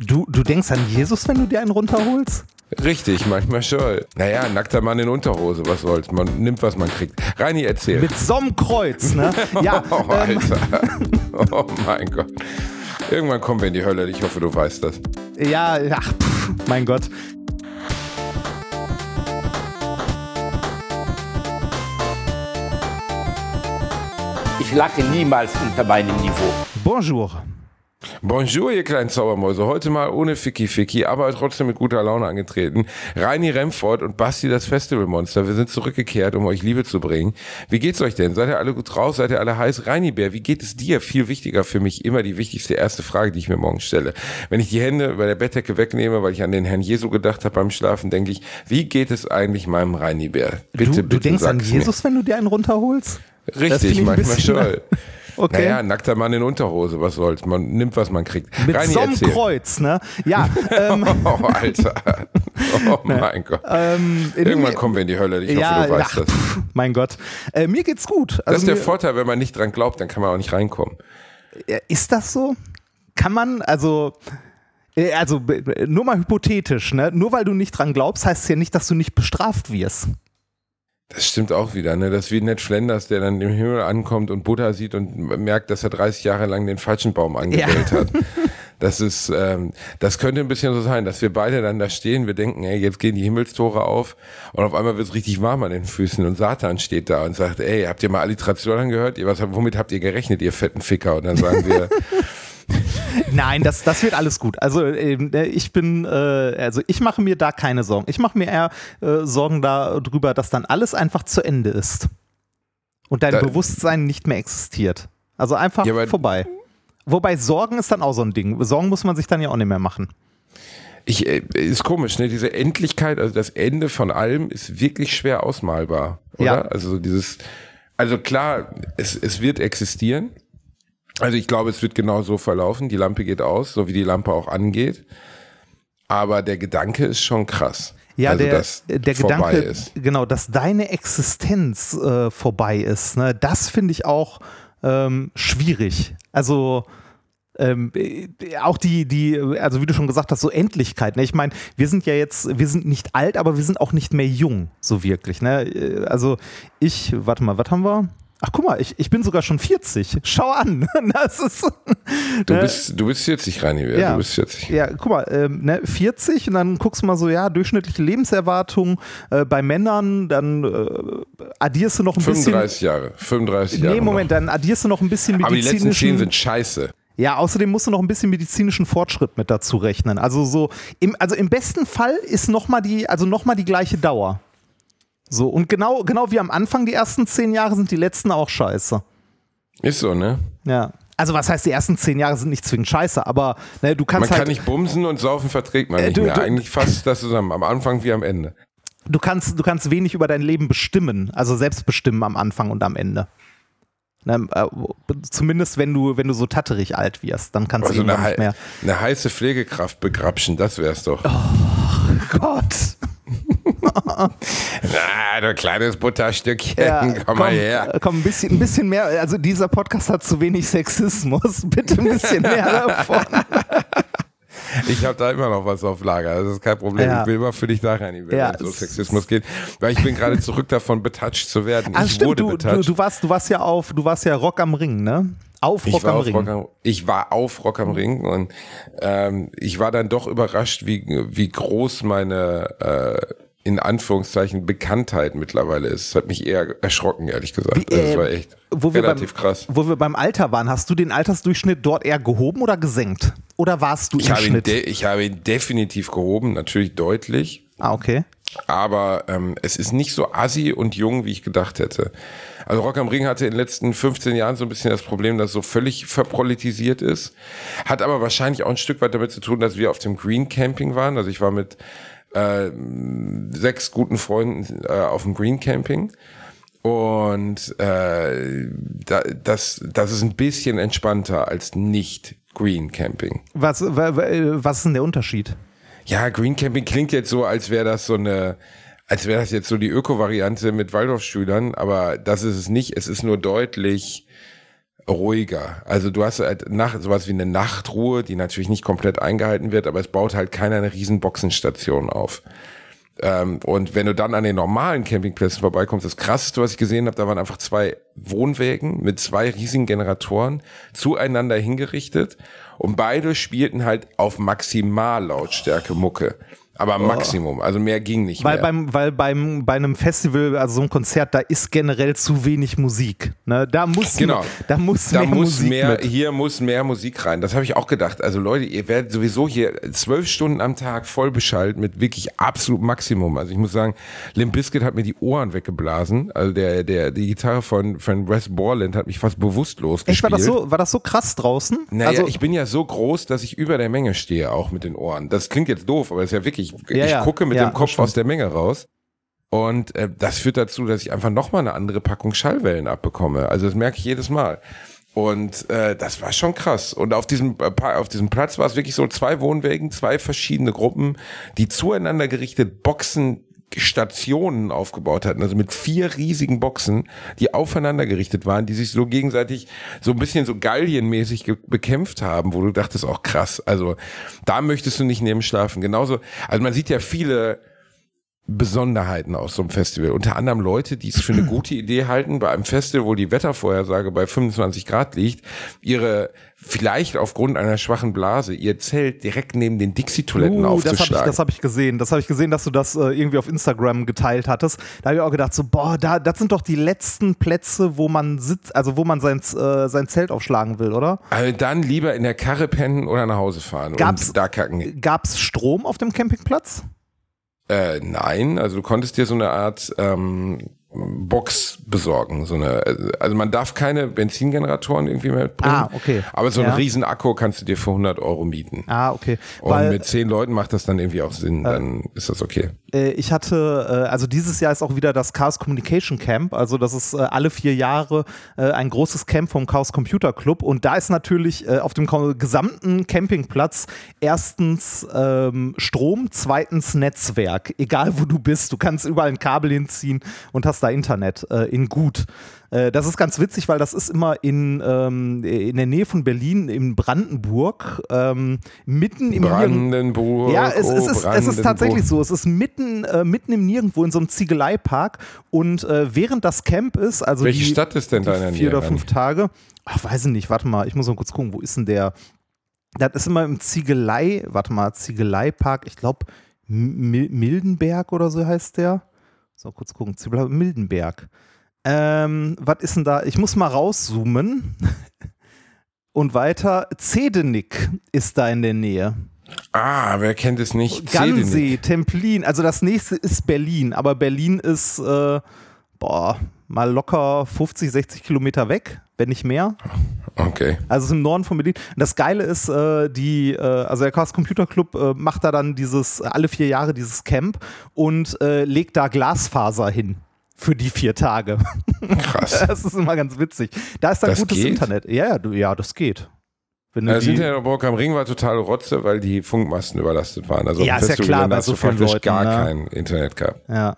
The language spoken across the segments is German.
Du denkst an Jesus, wenn du dir einen runterholst? Richtig, manchmal schon. Naja, nackter Mann in Unterhose, was soll's? Man nimmt, was man kriegt. Reini, erzähl. Mit so einem Kreuz, ne? Ja. Oh, Alter. Oh mein Gott. Irgendwann kommen wir in die Hölle. Ich hoffe, du weißt das. Ja, ach, mein Gott. Ich lache niemals unter meinem Niveau. Bonjour. Bonjour, ihr kleinen Zaubermäuse. Heute mal ohne Ficky, aber trotzdem mit guter Laune angetreten. Reini Remford und Basti, das Festivalmonster. Wir sind zurückgekehrt, um euch Liebe zu bringen. Wie geht's euch denn? Seid ihr alle gut drauf? Seid ihr alle heiß? Reini Bär, wie geht es dir? Viel wichtiger für mich, immer die wichtigste erste Frage, die ich mir morgen stelle. Wenn ich die Hände bei der Bettdecke wegnehme, weil ich an den Herrn Jesu gedacht habe beim Schlafen, denke ich, wie geht es eigentlich meinem Reini Bär? Bitte, du denkst an Jesus, wenn du dir einen runterholst? Richtig, manchmal schon. Okay. Naja, nackter Mann in Unterhose, was soll's? Man nimmt, was man kriegt. Mit Reini, so einem erzähl. Kreuz, ne? Ja. Oh, Alter. Oh mein Gott. Irgendwann kommen wir in die Hölle. Ich hoffe, du weißt das. Mein Gott. Mir geht's gut. Das ist der Vorteil, wenn man nicht dran glaubt, dann kann man auch nicht reinkommen. Ist das so? Kann man, also nur mal hypothetisch, ne? Nur weil du nicht dran glaubst, heißt es ja nicht, dass du nicht bestraft wirst. Das stimmt auch wieder, ne? Das ist wie Ned Flanders, der dann im Himmel ankommt und Buddha sieht und merkt, dass er 30 Jahre lang den falschen Baum angewählt hat. Das ist, das könnte ein bisschen so sein, dass wir beide dann da stehen, wir denken, ey, jetzt gehen die Himmelstore auf und auf einmal wird es richtig warm an den Füßen und Satan steht da und sagt, ey, habt ihr mal Alliteration angehört? Womit habt ihr gerechnet, ihr fetten Ficker? Und dann sagen wir... Nein, das wird alles gut. Also ich mache mir da keine Sorgen. Ich mache mir eher Sorgen darüber, dass dann alles einfach zu Ende ist und dein Bewusstsein nicht mehr existiert. Also einfach vorbei. Wobei Sorgen ist dann auch so ein Ding. Sorgen muss man sich dann ja auch nicht mehr machen. Ist komisch, ne? Diese Endlichkeit, also das Ende von allem ist wirklich schwer ausmalbar, oder? Ja. Also klar, es wird existieren. Also ich glaube, es wird genau so verlaufen. Die Lampe geht aus, so wie die Lampe auch angeht. Aber der Gedanke ist schon krass. Ja, also, der Gedanke, ist. Genau, dass deine Existenz vorbei ist, ne? Das finde ich auch schwierig. Also auch also wie du schon gesagt hast, so Endlichkeit. Ne? Ich meine, wir sind nicht alt, aber wir sind auch nicht mehr jung, so wirklich. Ne? Also warte mal, was haben wir? Ach, guck mal, ich bin sogar schon 40. Schau an. Das ist, du bist 40, Reini. Ja, du bist 40. Ja, guck mal, 40 und dann guckst du mal so, ja, durchschnittliche Lebenserwartung bei Männern, dann addierst du noch ein 35 Jahre. Nee, Moment, dann addierst du noch ein bisschen medizinischen... Aber die letzten 10 sind scheiße. Ja, außerdem musst du noch ein bisschen medizinischen Fortschritt mit dazu rechnen. Also im besten Fall ist noch mal die gleiche Dauer. So, und genau wie am Anfang, die ersten 10 Jahre sind die letzten auch scheiße. Ist so, ne? Ja. Also was heißt, die ersten 10 Jahre sind nicht zwingend scheiße, aber ne, du kannst Man kann nicht bumsen und saufen verträgt man nicht mehr. Eigentlich fast das zusammen, am Anfang wie am Ende. Du kannst wenig über dein Leben bestimmen, also selbst bestimmen am Anfang und am Ende. Ne, zumindest wenn du so tatterig alt wirst, dann kannst du irgendwann nicht mehr. Eine heiße Pflegekraft begrapschen, das wär's doch. Oh Gott. Na, du kleines Butterstückchen, Ja, komm mal her. Komm, ein bisschen mehr, also dieser Podcast hat zu wenig Sexismus, bitte ein bisschen mehr davon. Ich habe da immer noch was auf Lager, das ist kein Problem. Ja. Ich will immer für dich da rein, wenn es so Sexismus geht, weil ich bin gerade zurück davon, betatscht zu werden. Also ich wurde betatscht. Du warst ja Rock am Ring, ne? Ich war auf Rock am Ring und ich war dann doch überrascht, wie groß meine in Anführungszeichen Bekanntheit mittlerweile ist. Das hat mich eher erschrocken, ehrlich gesagt. Das war echt relativ krass. Wo wir beim Alter waren, hast du den Altersdurchschnitt dort eher gehoben oder gesenkt? Oder warst du im Schnitt? Ich habe ihn definitiv gehoben, natürlich deutlich. Ah, okay. Aber es ist nicht so assi und jung, wie ich gedacht hätte. Also Rock am Ring hatte in den letzten 15 Jahren so ein bisschen das Problem, dass es so völlig verpolitisiert ist. Hat aber wahrscheinlich auch ein Stück weit damit zu tun, dass wir auf dem Green Camping waren. Also ich war mit 6 guten Freunden auf dem Green Camping. Und das ist ein bisschen entspannter als nicht Green Camping. Was ist denn der Unterschied? Ja, Green Camping klingt jetzt so, als wäre das jetzt so die Öko-Variante mit Waldorfschülern, aber das ist es nicht. Es ist nur deutlich ruhiger. Also du hast halt sowas wie eine Nachtruhe, die natürlich nicht komplett eingehalten wird, aber es baut halt keiner eine riesen Boxenstation auf. Und wenn du dann an den normalen Campingplätzen vorbeikommst, das Krasseste, was ich gesehen habe, da waren einfach 2 Wohnwägen mit 2 riesigen Generatoren zueinander hingerichtet und beide spielten halt auf Maximallautstärke Mucke. Aber Maximum, also mehr ging nicht mehr. Weil bei einem Festival, also so ein Konzert, da ist generell zu wenig Musik. Ne? Da muss mehr mit. Hier muss mehr Musik rein. Das habe ich auch gedacht. Also Leute, ihr werdet sowieso hier 12 Stunden am Tag voll beschallt mit wirklich absolut Maximum. Also ich muss sagen, Limp Bizkit hat mir die Ohren weggeblasen. Also die Gitarre von Wes Borland hat mich fast bewusstlos gespielt. War das so krass draußen? Naja, also, ich bin ja so groß, dass ich über der Menge stehe, auch mit den Ohren. Das klingt jetzt doof, aber das ist ja wirklich, ich gucke mit dem Kopf aus der Menge raus und das führt dazu, dass ich einfach nochmal eine andere Packung Schallwellen abbekomme. Also das merke ich jedes Mal. Und das war schon krass. Und auf diesem Platz war es wirklich so 2 Wohnwägen, 2 verschiedene Gruppen, die zueinander gerichtet Boxenstationen aufgebaut hatten, also mit 4 riesigen Boxen, die aufeinander gerichtet waren, die sich so gegenseitig so ein bisschen so gallienmäßig bekämpft haben, wo du dachtest, auch krass, also da möchtest du nicht neben schlafen. Genauso, also man sieht ja viele Besonderheiten aus so einem Festival. Unter anderem Leute, die es für eine gute Idee halten, bei einem Festival, wo die Wettervorhersage bei 25 Grad liegt, vielleicht aufgrund einer schwachen Blase, ihr Zelt direkt neben den Dixie-Toiletten aufzuschlagen. Das habe ich gesehen. Das habe ich gesehen, dass du das irgendwie auf Instagram geteilt hattest. Da habe ich auch gedacht, so, das sind doch die letzten Plätze, wo man sitzt, also wo man sein Zelt aufschlagen will, oder? Also dann lieber in der Karre pennen oder nach Hause fahren und da kacken. Gab's Strom auf dem Campingplatz? Nein, also du konntest dir so eine Art Box besorgen. Also man darf keine Benzingeneratoren irgendwie mehr mitbringen. Okay. Aber so einen riesen Akku kannst du dir für 100 € mieten. Okay. Und mit 10 Leuten macht das dann irgendwie auch Sinn, dann ist das okay. Ich hatte, also dieses Jahr ist auch wieder das Chaos Communication Camp, also das ist alle 4 Jahre ein großes Camp vom Chaos Computer Club und da ist natürlich auf dem gesamten Campingplatz erstens Strom, zweitens Netzwerk, egal wo du bist, du kannst überall ein Kabel hinziehen und hast da Internet in gut. Das ist ganz witzig, weil das ist immer in der Nähe von Berlin, in Brandenburg, mitten im Brandenburg. Ja, es ist tatsächlich so. Es ist mitten im Nirgendwo in so einem Ziegeleipark und während das Camp ist, also welche Stadt ist denn da in der Nähe? 4 oder 5 Tage. Ach, weiß ich nicht. Warte mal, ich muss mal kurz gucken. Wo ist denn der? Das ist immer im Ziegeleipark. Ich glaube Mildenberg oder so heißt der. So, kurz gucken. Mildenberg. Was ist denn da? Ich muss mal rauszoomen. Und weiter. Zedenick ist da in der Nähe. Wer kennt es nicht? Gannsee, Templin. Also das nächste ist Berlin. Aber Berlin ist mal locker 50, 60 Kilometer weg, wenn nicht mehr. Okay. Also es ist im Norden von Berlin. Und das Geile ist, also der Chaos Computer Club macht da dann alle 4 Jahre dieses Camp und legt da Glasfaser hin. Für die 4 Tage. Krass. Das ist immer ganz witzig. Da ist dann gutes Internet. Ja, das geht. Das Internet auf Burg am Ring war total Rotze, weil die Funkmasten überlastet waren. Also ja, ist ja klar, bei so vielen Leuten gar kein Internet gehabt. Ja.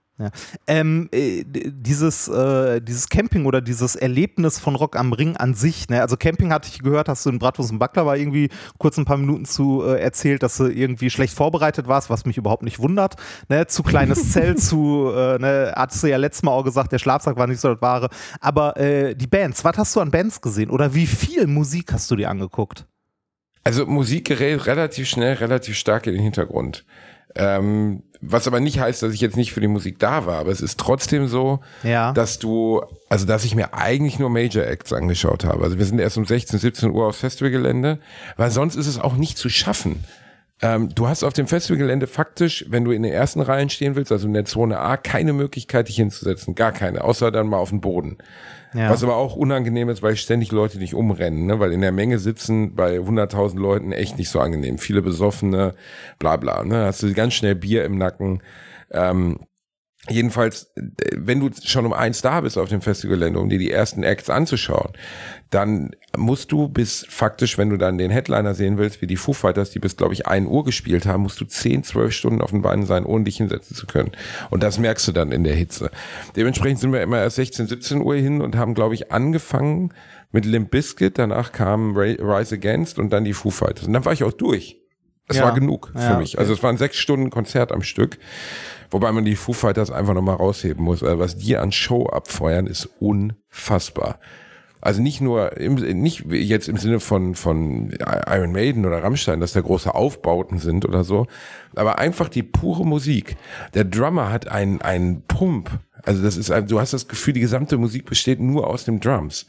Dieses Camping oder dieses Erlebnis von Rock am Ring an sich, ne? Also Camping hatte ich gehört, hast du in Bratwurst und Baklava irgendwie kurz ein paar Minuten zu erzählt, dass du irgendwie schlecht vorbereitet warst, was mich überhaupt nicht wundert, ne? Zu kleines Zelt, hattest du ja letztes Mal auch gesagt, der Schlafsack war nicht so das Wahre, aber die Bands, was hast du an Bands gesehen oder wie viel Musik hast du dir angeguckt? Also Musik gerät relativ schnell, relativ stark in den Hintergrund. Was aber nicht heißt, dass ich jetzt nicht für die Musik da war, aber es ist trotzdem so, dass ich mir eigentlich nur Major Acts angeschaut habe. Also wir sind erst um 16, 17 Uhr aufs Festivalgelände, weil sonst ist es auch nicht zu schaffen. Du hast auf dem Festivalgelände faktisch, wenn du in den ersten Reihen stehen willst, also in der Zone A, keine Möglichkeit, dich hinzusetzen. Gar keine, außer dann mal auf dem Boden. Ja. Was aber auch unangenehm ist, weil ständig Leute dich umrennen, ne? Weil in der Menge sitzen bei 100.000 Leuten echt nicht so angenehm. Viele Besoffene, bla bla. Ne? Hast du ganz schnell Bier im Nacken. Jedenfalls, wenn du schon um 1 da bist auf dem Festivalgelände, um dir die ersten Acts anzuschauen, dann musst du bis faktisch, wenn du dann den Headliner sehen willst, wie die Foo Fighters, die bis, glaube ich, 1 Uhr gespielt haben, musst du 10, 12 Stunden auf den Beinen sein, ohne dich hinsetzen zu können. Und das merkst du dann in der Hitze. Dementsprechend sind wir immer erst 16, 17 Uhr hin und haben, glaube ich, angefangen mit Limp Bizkit, danach kam Rise Against und dann die Foo Fighters. Und dann war ich auch durch. Das war genug für mich. Okay. Also es waren 6 Stunden Konzert am Stück, wobei man die Foo Fighters einfach nochmal rausheben muss. Also was die an Show abfeuern, ist unfassbar. Also nicht jetzt im Sinne von Iron Maiden oder Rammstein, dass da große Aufbauten sind oder so, aber einfach die pure Musik. Der Drummer hat einen Pump. Also du hast das Gefühl, die gesamte Musik besteht nur aus den Drums.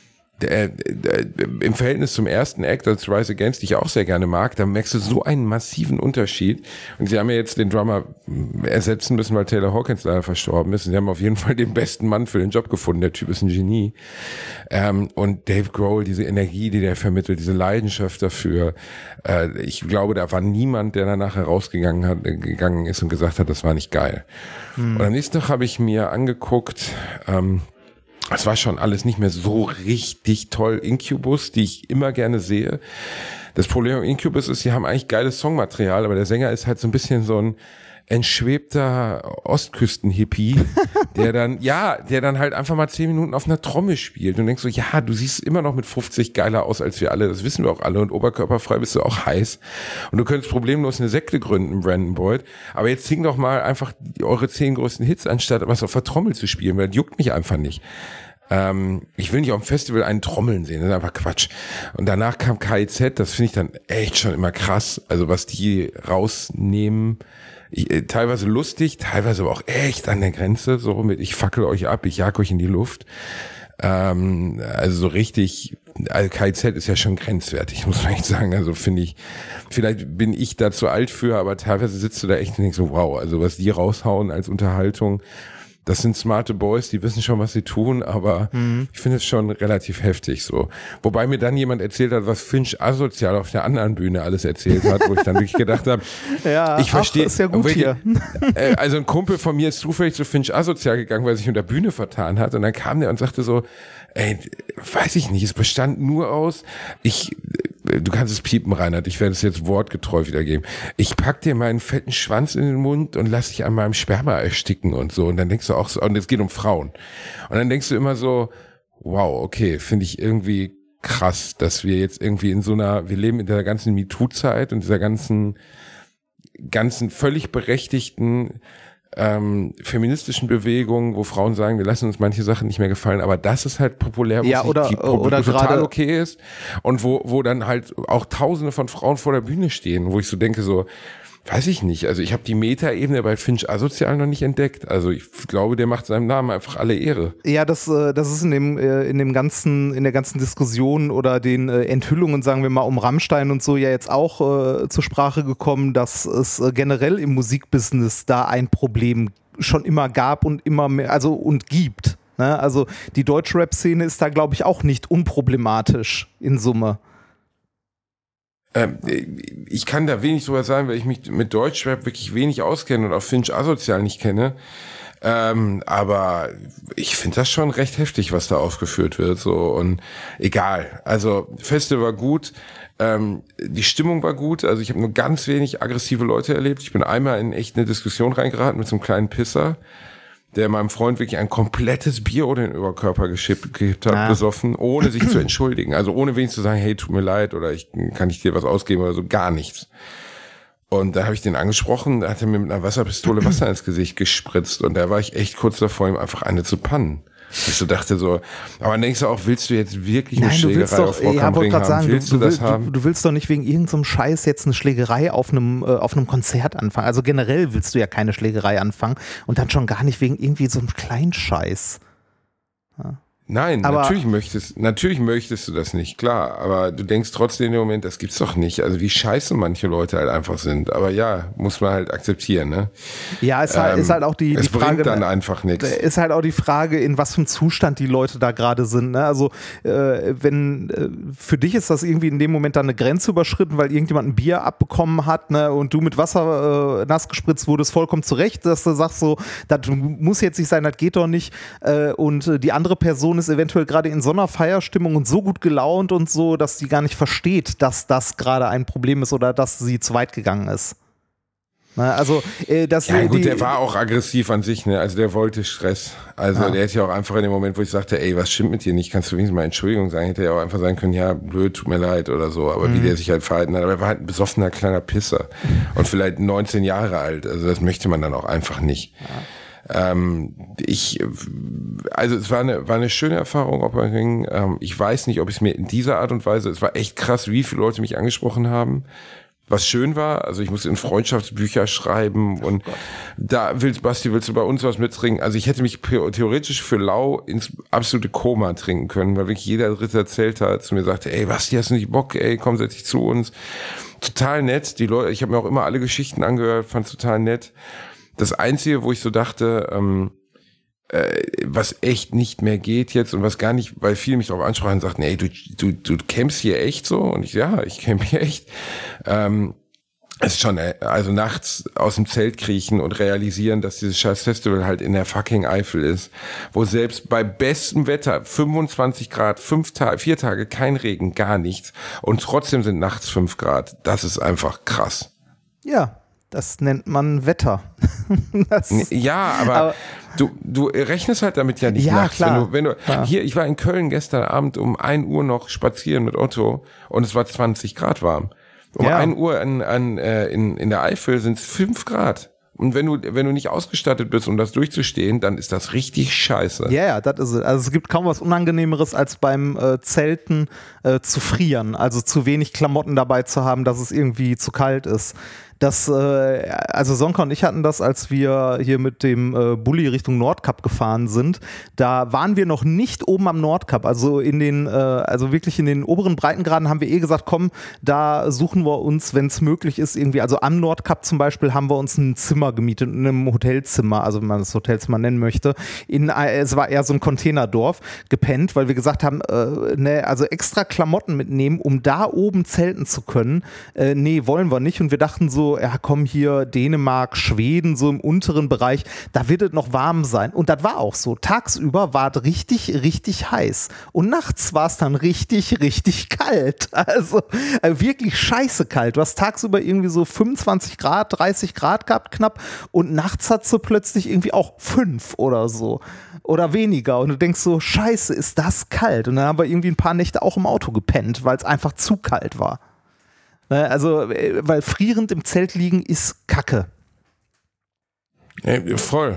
Im Verhältnis zum ersten Act, als Rise Against, die ich auch sehr gerne mag, da merkst du so einen massiven Unterschied. Und sie haben ja jetzt den Drummer ersetzen müssen, weil Taylor Hawkins leider verstorben ist. Und sie haben auf jeden Fall den besten Mann für den Job gefunden. Der Typ ist ein Genie. Und Dave Grohl, diese Energie, die der vermittelt, diese Leidenschaft dafür. Ich glaube, da war niemand, der danach gegangen ist und gesagt hat, das war nicht geil. Und am nächsten Tag habe ich mir angeguckt, es war schon alles nicht mehr so richtig toll. Incubus, die ich immer gerne sehe. Das Problem mit Incubus ist, sie haben eigentlich geiles Songmaterial, aber der Sänger ist halt so ein bisschen so ein entschwebter Ostküsten-Hippie, der dann halt einfach mal 10 Minuten auf einer Trommel spielt und denkst so, ja, du siehst immer noch mit 50 geiler aus als wir alle, das wissen wir auch alle und oberkörperfrei bist du auch heiß und du könntest problemlos eine Sekte gründen, Brandon Boyd, aber jetzt sing doch mal einfach eure 10 größten Hits, anstatt was auf der Trommel zu spielen, weil das juckt mich einfach nicht. Ich will nicht auf dem Festival einen Trommeln sehen, das ist einfach Quatsch. Und danach kam KIZ, das finde ich dann echt schon immer krass, also was die rausnehmen, teilweise lustig, teilweise aber auch echt an der Grenze, so mit ich fackel euch ab, ich jag euch in die Luft. Also so richtig, also KIZ ist ja schon grenzwertig, muss man echt sagen. Also finde ich, vielleicht bin ich da zu alt für, aber teilweise sitzt du da echt und denkst so, wow, also was die raushauen als Unterhaltung, das sind smarte Boys, die wissen schon, was sie tun, aber ich finde es schon relativ heftig so. Wobei mir dann jemand erzählt hat, was Finch asozial auf der anderen Bühne alles erzählt hat, wo ich dann wirklich gedacht habe, ja, ich verstehe. Ist ja gut hier. Also ein Kumpel von mir ist zufällig zu Finch asozial gegangen, weil er sich unter Bühne vertan hat und dann kam der und sagte so, ey, weiß ich nicht, es bestand nur aus, du kannst es piepen, Reinhard, ich werde es jetzt wortgetreu wiedergeben. Ich pack dir meinen fetten Schwanz in den Mund und lass dich an meinem Sperma ersticken und so. Und dann denkst du auch so, und es geht um Frauen. Und dann denkst du immer so, wow, okay, finde ich irgendwie krass, dass wir jetzt irgendwie wir leben in der ganzen MeToo-Zeit und dieser ganzen völlig berechtigten feministischen Bewegungen, wo Frauen sagen, wir lassen uns manche Sachen nicht mehr gefallen, aber das ist halt populär, wo oder total okay ist und wo dann halt auch Tausende von Frauen vor der Bühne stehen, wo ich so denke, so, weiß ich nicht, also ich habe die Meta-Ebene bei Finch asozial noch nicht entdeckt, also ich glaube, der macht seinem Namen einfach alle Ehre. Ja, das ist in der ganzen Diskussion oder den Enthüllungen, sagen wir mal, um Rammstein und so ja jetzt auch zur Sprache gekommen, dass es generell im Musikbusiness da ein Problem schon immer gab und immer mehr, also und gibt. Ne? Also die Deutschrap-Szene ist da, glaube ich, auch nicht unproblematisch in Summe. Ich kann da wenig drüber sagen, weil ich mich mit Deutschrap wirklich wenig auskenne und auch Finch asozial nicht kenne. Aber ich finde das schon recht heftig, was da aufgeführt wird. So und egal. Also Festival war gut, die Stimmung war gut. Also ich habe nur ganz wenig aggressive Leute erlebt. Ich bin einmal in echt eine Diskussion reingeraten mit so einem kleinen Pisser, der meinem Freund wirklich ein komplettes Bier oder den Überkörper gekippt hat, besoffen, ohne sich zu entschuldigen. Also ohne wenigstens zu sagen, hey, tut mir leid oder kann ich dir was ausgeben oder so, gar nichts. Und da habe ich den angesprochen, da hat er mir mit einer Wasserpistole Wasser ins Gesicht gespritzt und da war ich echt kurz davor, ihm einfach eine zu pannen. Ich so dachte so, aber dann denkst du auch, willst du jetzt wirklich eine Schlägerei auf Rock am Ring haben? Willst du das haben? Du willst doch nicht wegen irgendeinem Scheiß jetzt eine Schlägerei auf einem Konzert anfangen. Also generell willst du ja keine Schlägerei anfangen und dann schon gar nicht wegen irgendwie so einem kleinen Scheiß. Ja. Nein, aber natürlich möchtest du das nicht, klar, aber du denkst trotzdem in dem Moment, das gibt's doch nicht, also wie scheiße manche Leute halt einfach sind, aber ja, muss man halt akzeptieren, ne? Ja, ist halt auch die Frage. Es bringt dann einfach nichts. Ist halt auch die Frage, in was für einem Zustand die Leute da gerade sind, ne? Also, wenn für dich ist das irgendwie in dem Moment dann eine Grenze überschritten, weil irgendjemand ein Bier abbekommen hat, ne, und du mit Wasser nass gespritzt wurdest, vollkommen zurecht, dass du sagst so, das muss jetzt nicht sein, das geht doch nicht, und die andere Person ist eventuell gerade in so einer Feierstimmung und so gut gelaunt und so, dass sie gar nicht versteht, dass das gerade ein Problem ist oder dass sie zu weit gegangen ist. Also, der war auch aggressiv an sich, ne? Also der wollte Stress. Also der hätte ja auch einfach in dem Moment, wo ich sagte, ey, was stimmt mit dir nicht, kannst du wenigstens mal Entschuldigung sagen, hätte er auch einfach sagen können, ja, blöd, tut mir leid oder so, aber wie der sich halt verhalten hat, aber er war halt ein besoffener kleiner Pisser und vielleicht 19 Jahre alt, also das möchte man dann auch einfach nicht. Ja. Also es war eine schöne Erfahrung, ob ich weiß nicht, ob ich es mir in dieser Art und Weise, es war echt krass, wie viele Leute mich angesprochen haben. Was schön war, also ich musste in Freundschaftsbücher schreiben und willst du bei uns was mittrinken? Also ich hätte mich theoretisch für lau ins absolute Koma trinken können, weil wirklich jeder Dritte erzählt hat, zu mir sagte, ey, Basti, hast du nicht Bock, ey, komm, setz dich zu uns. Total nett, die Leute, ich habe mir auch immer alle Geschichten angehört, fand total nett. Das Einzige, wo ich so dachte, was echt nicht mehr geht jetzt und was gar nicht, weil viele mich darauf ansprachen und sagten, ey, du campst hier echt so? Und ich camp hier echt. Es ist schon, also nachts aus dem Zelt kriechen und realisieren, dass dieses scheiß Festival halt in der fucking Eifel ist, wo selbst bei bestem Wetter 25 Grad, 4 Tage kein Regen, gar nichts und trotzdem sind nachts 5 Grad. Das ist einfach krass. Ja. Das nennt man Wetter. Aber du rechnest halt damit ja nicht nachts. Klar. Wenn du hier, ich war in Köln gestern Abend um 1 Uhr noch spazieren mit Otto und es war 20 Grad warm. Um 1 Uhr in der Eifel sind es 5 Grad. Und wenn du nicht ausgestattet bist, um das durchzustehen, dann ist das richtig scheiße. Ja, das ist es. Also es gibt kaum was Unangenehmeres, als beim Zelten zu frieren. Also zu wenig Klamotten dabei zu haben, dass es irgendwie zu kalt ist. Also Sonka und ich hatten das, als wir hier mit dem Bulli Richtung Nordkap gefahren sind. Da waren wir noch nicht oben am Nordkap. Also also wirklich in den oberen Breitengraden haben wir gesagt, komm, da suchen wir uns, wenn es möglich ist, irgendwie. Also am Nordkap zum Beispiel haben wir uns ein Zimmer gemietet, in einem Hotelzimmer, also wenn man das Hotelzimmer nennen möchte. Es war eher so ein Containerdorf, gepennt, weil wir gesagt haben, also extra Klamotten mitnehmen, um da oben zelten zu können. Nee, wollen wir nicht. Und wir dachten so, ja komm, hier Dänemark, Schweden, so im unteren Bereich, da wird es noch warm sein. Und das war auch so. Tagsüber war es richtig, richtig heiß. Und nachts war es dann richtig, richtig kalt. Also wirklich scheiße kalt. Du hast tagsüber irgendwie so 25 Grad, 30 Grad gehabt knapp und nachts hat so plötzlich irgendwie auch 5 oder so. Oder weniger. Und du denkst so, scheiße, ist das kalt? Und dann haben wir irgendwie ein paar Nächte auch im Auto gepennt, weil es einfach zu kalt war. Also, weil frierend im Zelt liegen ist Kacke. Voll.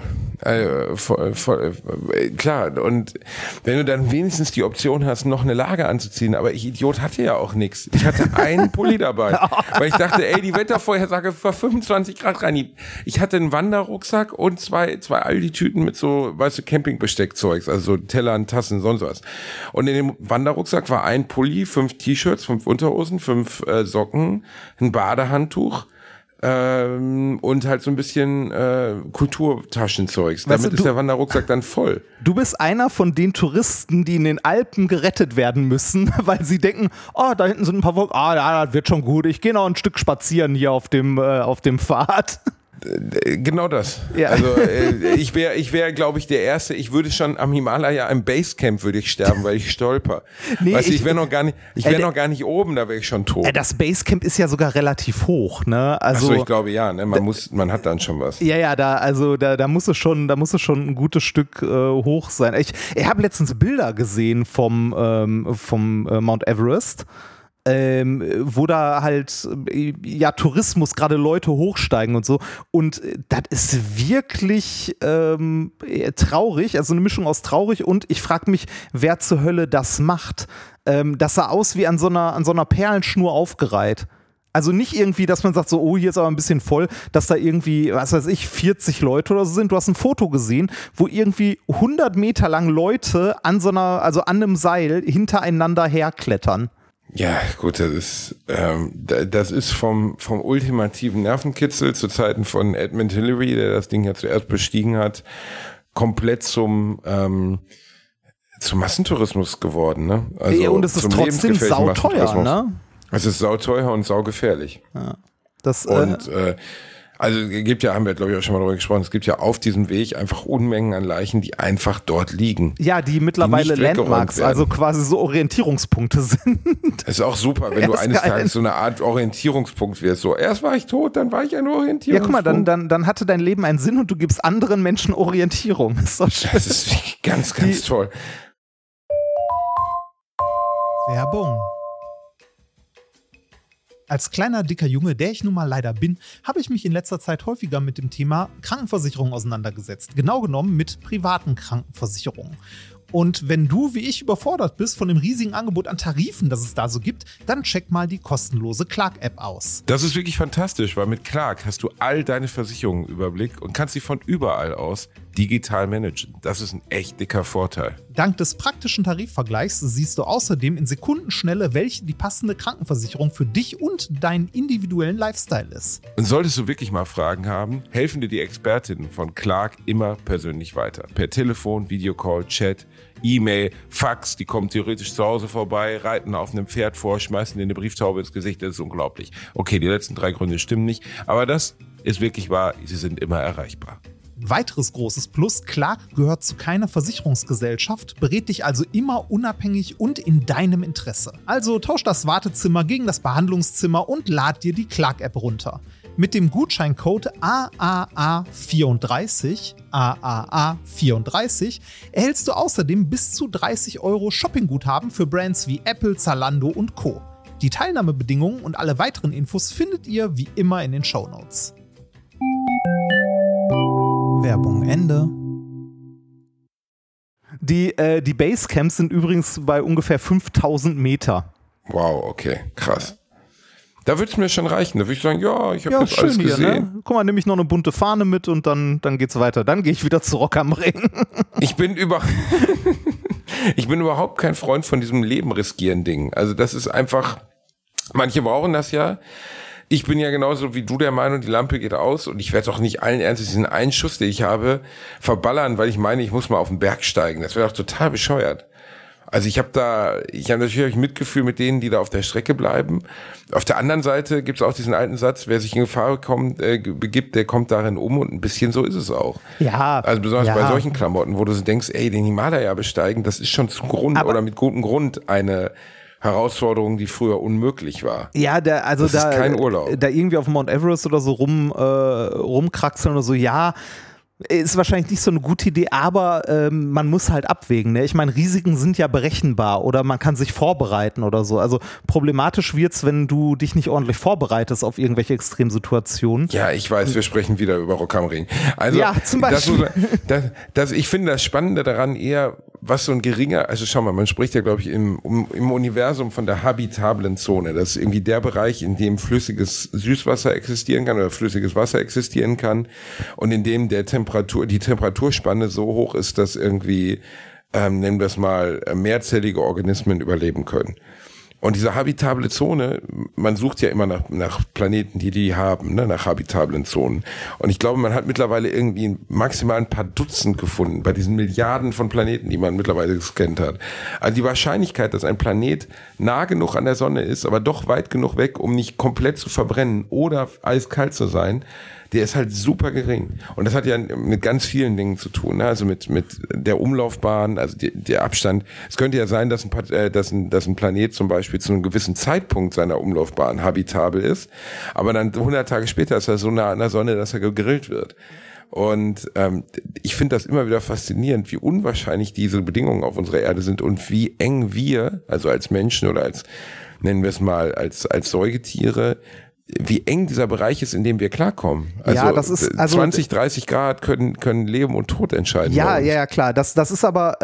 Klar. Und wenn du dann wenigstens die Option hast, noch eine Lage anzuziehen, aber ich Idiot hatte ja auch nichts. Ich hatte einen Pulli dabei, weil ich dachte, ey, die Wettervorhersage war 25 Grad rein. Ich hatte einen Wanderrucksack und zwei Aldi-Tüten mit so, weißt du, Campingbesteckzeugs, also so Tellern, Tassen, sonst was. Und in dem Wanderrucksack war ein Pulli, 5 T-Shirts, 5 Unterhosen, 5 Socken, ein Badehandtuch, und halt so ein bisschen Kulturtaschenzeugs. Damit ist der Wanderrucksack dann voll. Du bist einer von den Touristen, die in den Alpen gerettet werden müssen, weil sie denken, da hinten sind ein paar Wolken, das wird schon gut, ich gehe noch ein Stück spazieren hier auf dem Pfad. Genau das. Ja. Also ich wäre, glaube ich, der Erste. Ich würde schon am Himalaya im Basecamp würde ich sterben, weil ich stolper. Nee, weißt du, ich wäre noch gar nicht oben, da wäre ich schon tot. Das Basecamp ist ja sogar relativ hoch, ne? Also, ich glaube ja, ne? Man hat dann schon was. Ja, da muss es schon ein gutes Stück hoch sein. Ich habe letztens Bilder gesehen vom Mount Everest. Wo da halt Tourismus, gerade Leute hochsteigen und so. Und das ist wirklich traurig, also eine Mischung aus traurig und ich frage mich, wer zur Hölle das macht. Das sah aus wie an so einer Perlenschnur aufgereiht. Also nicht irgendwie, dass man sagt so, oh, hier ist aber ein bisschen voll, dass da irgendwie, was weiß ich, 40 Leute oder so sind. Du hast ein Foto gesehen, wo irgendwie 100 Meter lang Leute an einem Seil hintereinander herklettern. Ja, gut, das ist vom ultimativen Nervenkitzel zu Zeiten von Edmund Hillary, der das Ding ja zuerst bestiegen hat, komplett zum Massentourismus geworden, ne? Also und es ist trotzdem sauteuer, ne? Es ist sauteuer und saugefährlich. Ja. Also gibt ja, haben wir glaube ich auch schon mal darüber gesprochen, es gibt ja auf diesem Weg einfach Unmengen an Leichen, die einfach dort liegen. Ja, die mittlerweile Landmarks, also quasi so Orientierungspunkte sind. Das ist auch super, wenn du eines Tages so eine Art Orientierungspunkt wirst. So, erst war ich tot, dann war ich ein Orientierungspunkt. Ja, guck mal, dann hatte dein Leben einen Sinn und du gibst anderen Menschen Orientierung. Das ist doch schön. Das ist ganz, ganz toll. Werbung. Als kleiner, dicker Junge, der ich nun mal leider bin, habe ich mich in letzter Zeit häufiger mit dem Thema Krankenversicherung auseinandergesetzt. Genau genommen mit privaten Krankenversicherungen. Und wenn du, wie ich, überfordert bist von dem riesigen Angebot an Tarifen, das es da so gibt, dann check mal die kostenlose Clark-App aus. Das ist wirklich fantastisch, weil mit Clark hast du all deine Versicherungen im Überblick und kannst sie von überall aus digital managen. Das ist ein echt dicker Vorteil. Dank des praktischen Tarifvergleichs siehst du außerdem in Sekundenschnelle, welche die passende Krankenversicherung für dich und deinen individuellen Lifestyle ist. Und solltest du wirklich mal Fragen haben, helfen dir die Expertinnen von Clark immer persönlich weiter. Per Telefon, Videocall, Chat, E-Mail, Fax, die kommen theoretisch zu Hause vorbei, reiten auf einem Pferd vor, schmeißen dir eine Brieftaube ins Gesicht, das ist unglaublich. Okay, die letzten 3 Gründe stimmen nicht, aber das ist wirklich wahr, sie sind immer erreichbar. Weiteres großes Plus, Clark gehört zu keiner Versicherungsgesellschaft, berät dich also immer unabhängig und in deinem Interesse. Also tausch das Wartezimmer gegen das Behandlungszimmer und lad dir die Clark-App runter. Mit dem Gutscheincode AAA34 erhältst du außerdem bis zu 30 € Shoppingguthaben für Brands wie Apple, Zalando und Co. Die Teilnahmebedingungen und alle weiteren Infos findet ihr wie immer in den Shownotes. Werbung Ende. Die Basecamps sind übrigens bei ungefähr 5000 Meter. Wow, okay, krass. Da würde es mir schon reichen. Da würde ich sagen, ja, ich habe jetzt alles gesehen. Hier, ne? Guck mal, nehme ich noch eine bunte Fahne mit und dann geht's weiter. Dann gehe ich wieder zu Rock am Ring. Ich bin überhaupt kein Freund von diesem Leben riskieren Ding. Also das ist einfach, manche brauchen das ja. Ich bin ja genauso wie du der Meinung, die Lampe geht aus und ich werde doch nicht allen Ernstes diesen einen Schuss, den ich habe, verballern, weil ich meine, ich muss mal auf den Berg steigen. Das wäre doch total bescheuert. Also ich habe natürlich Mitgefühl mit denen, die da auf der Strecke bleiben. Auf der anderen Seite gibt es auch diesen alten Satz, wer sich in Gefahr begibt, der kommt darin um, und ein bisschen so ist es auch. Ja. Also besonders bei solchen Klamotten, wo du so denkst, ey, den Himalaya besteigen, das ist schon oder mit gutem Grund eine Herausforderung, die früher unmöglich war. Ja, das ist kein Urlaub. Da irgendwie auf Mount Everest oder so rumkraxeln oder so, ja, ist wahrscheinlich nicht so eine gute Idee, aber man muss halt abwägen. Ne? Ich meine, Risiken sind ja berechenbar oder man kann sich vorbereiten oder so. Also problematisch wird's, wenn du dich nicht ordentlich vorbereitest auf irgendwelche Extremsituationen. Ja, ich weiß, wir sprechen wieder über Rock am Ring. Also, ja, zum Beispiel. Ich finde das Spannende daran eher, was so ein geringer, also schau mal, man spricht ja, glaube ich, im Universum von der habitablen Zone. Das ist irgendwie der Bereich, in dem flüssiges Süßwasser existieren kann oder flüssiges Wasser existieren kann und in dem die Temperaturspanne so hoch ist, dass irgendwie, nennen wir es mal, mehrzellige Organismen überleben können. Und diese habitable Zone, man sucht ja immer nach Planeten, die haben, ne, nach habitablen Zonen. Und ich glaube, man hat mittlerweile irgendwie maximal ein paar Dutzend gefunden bei diesen Milliarden von Planeten, die man mittlerweile gescannt hat. Also die Wahrscheinlichkeit, dass ein Planet nah genug an der Sonne ist, aber doch weit genug weg, um nicht komplett zu verbrennen oder eiskalt zu sein, der ist halt super gering. Und das hat ja mit ganz vielen Dingen zu tun, ne? Also mit der Umlaufbahn, also der Abstand. Es könnte ja sein, dass ein Planet zum Beispiel zu einem gewissen Zeitpunkt seiner Umlaufbahn habitabel ist, aber dann 100 Tage später ist er so nah an der Sonne, dass er gegrillt wird. Und ich finde das immer wieder faszinierend, wie unwahrscheinlich diese Bedingungen auf unserer Erde sind und wie eng wir, also als Menschen oder als, nennen wir es mal, als Säugetiere, wie eng dieser Bereich ist, in dem wir klarkommen. Also, ja, das ist, 20, 30 Grad können Leben und Tod entscheiden. Ja, klar. Das ist aber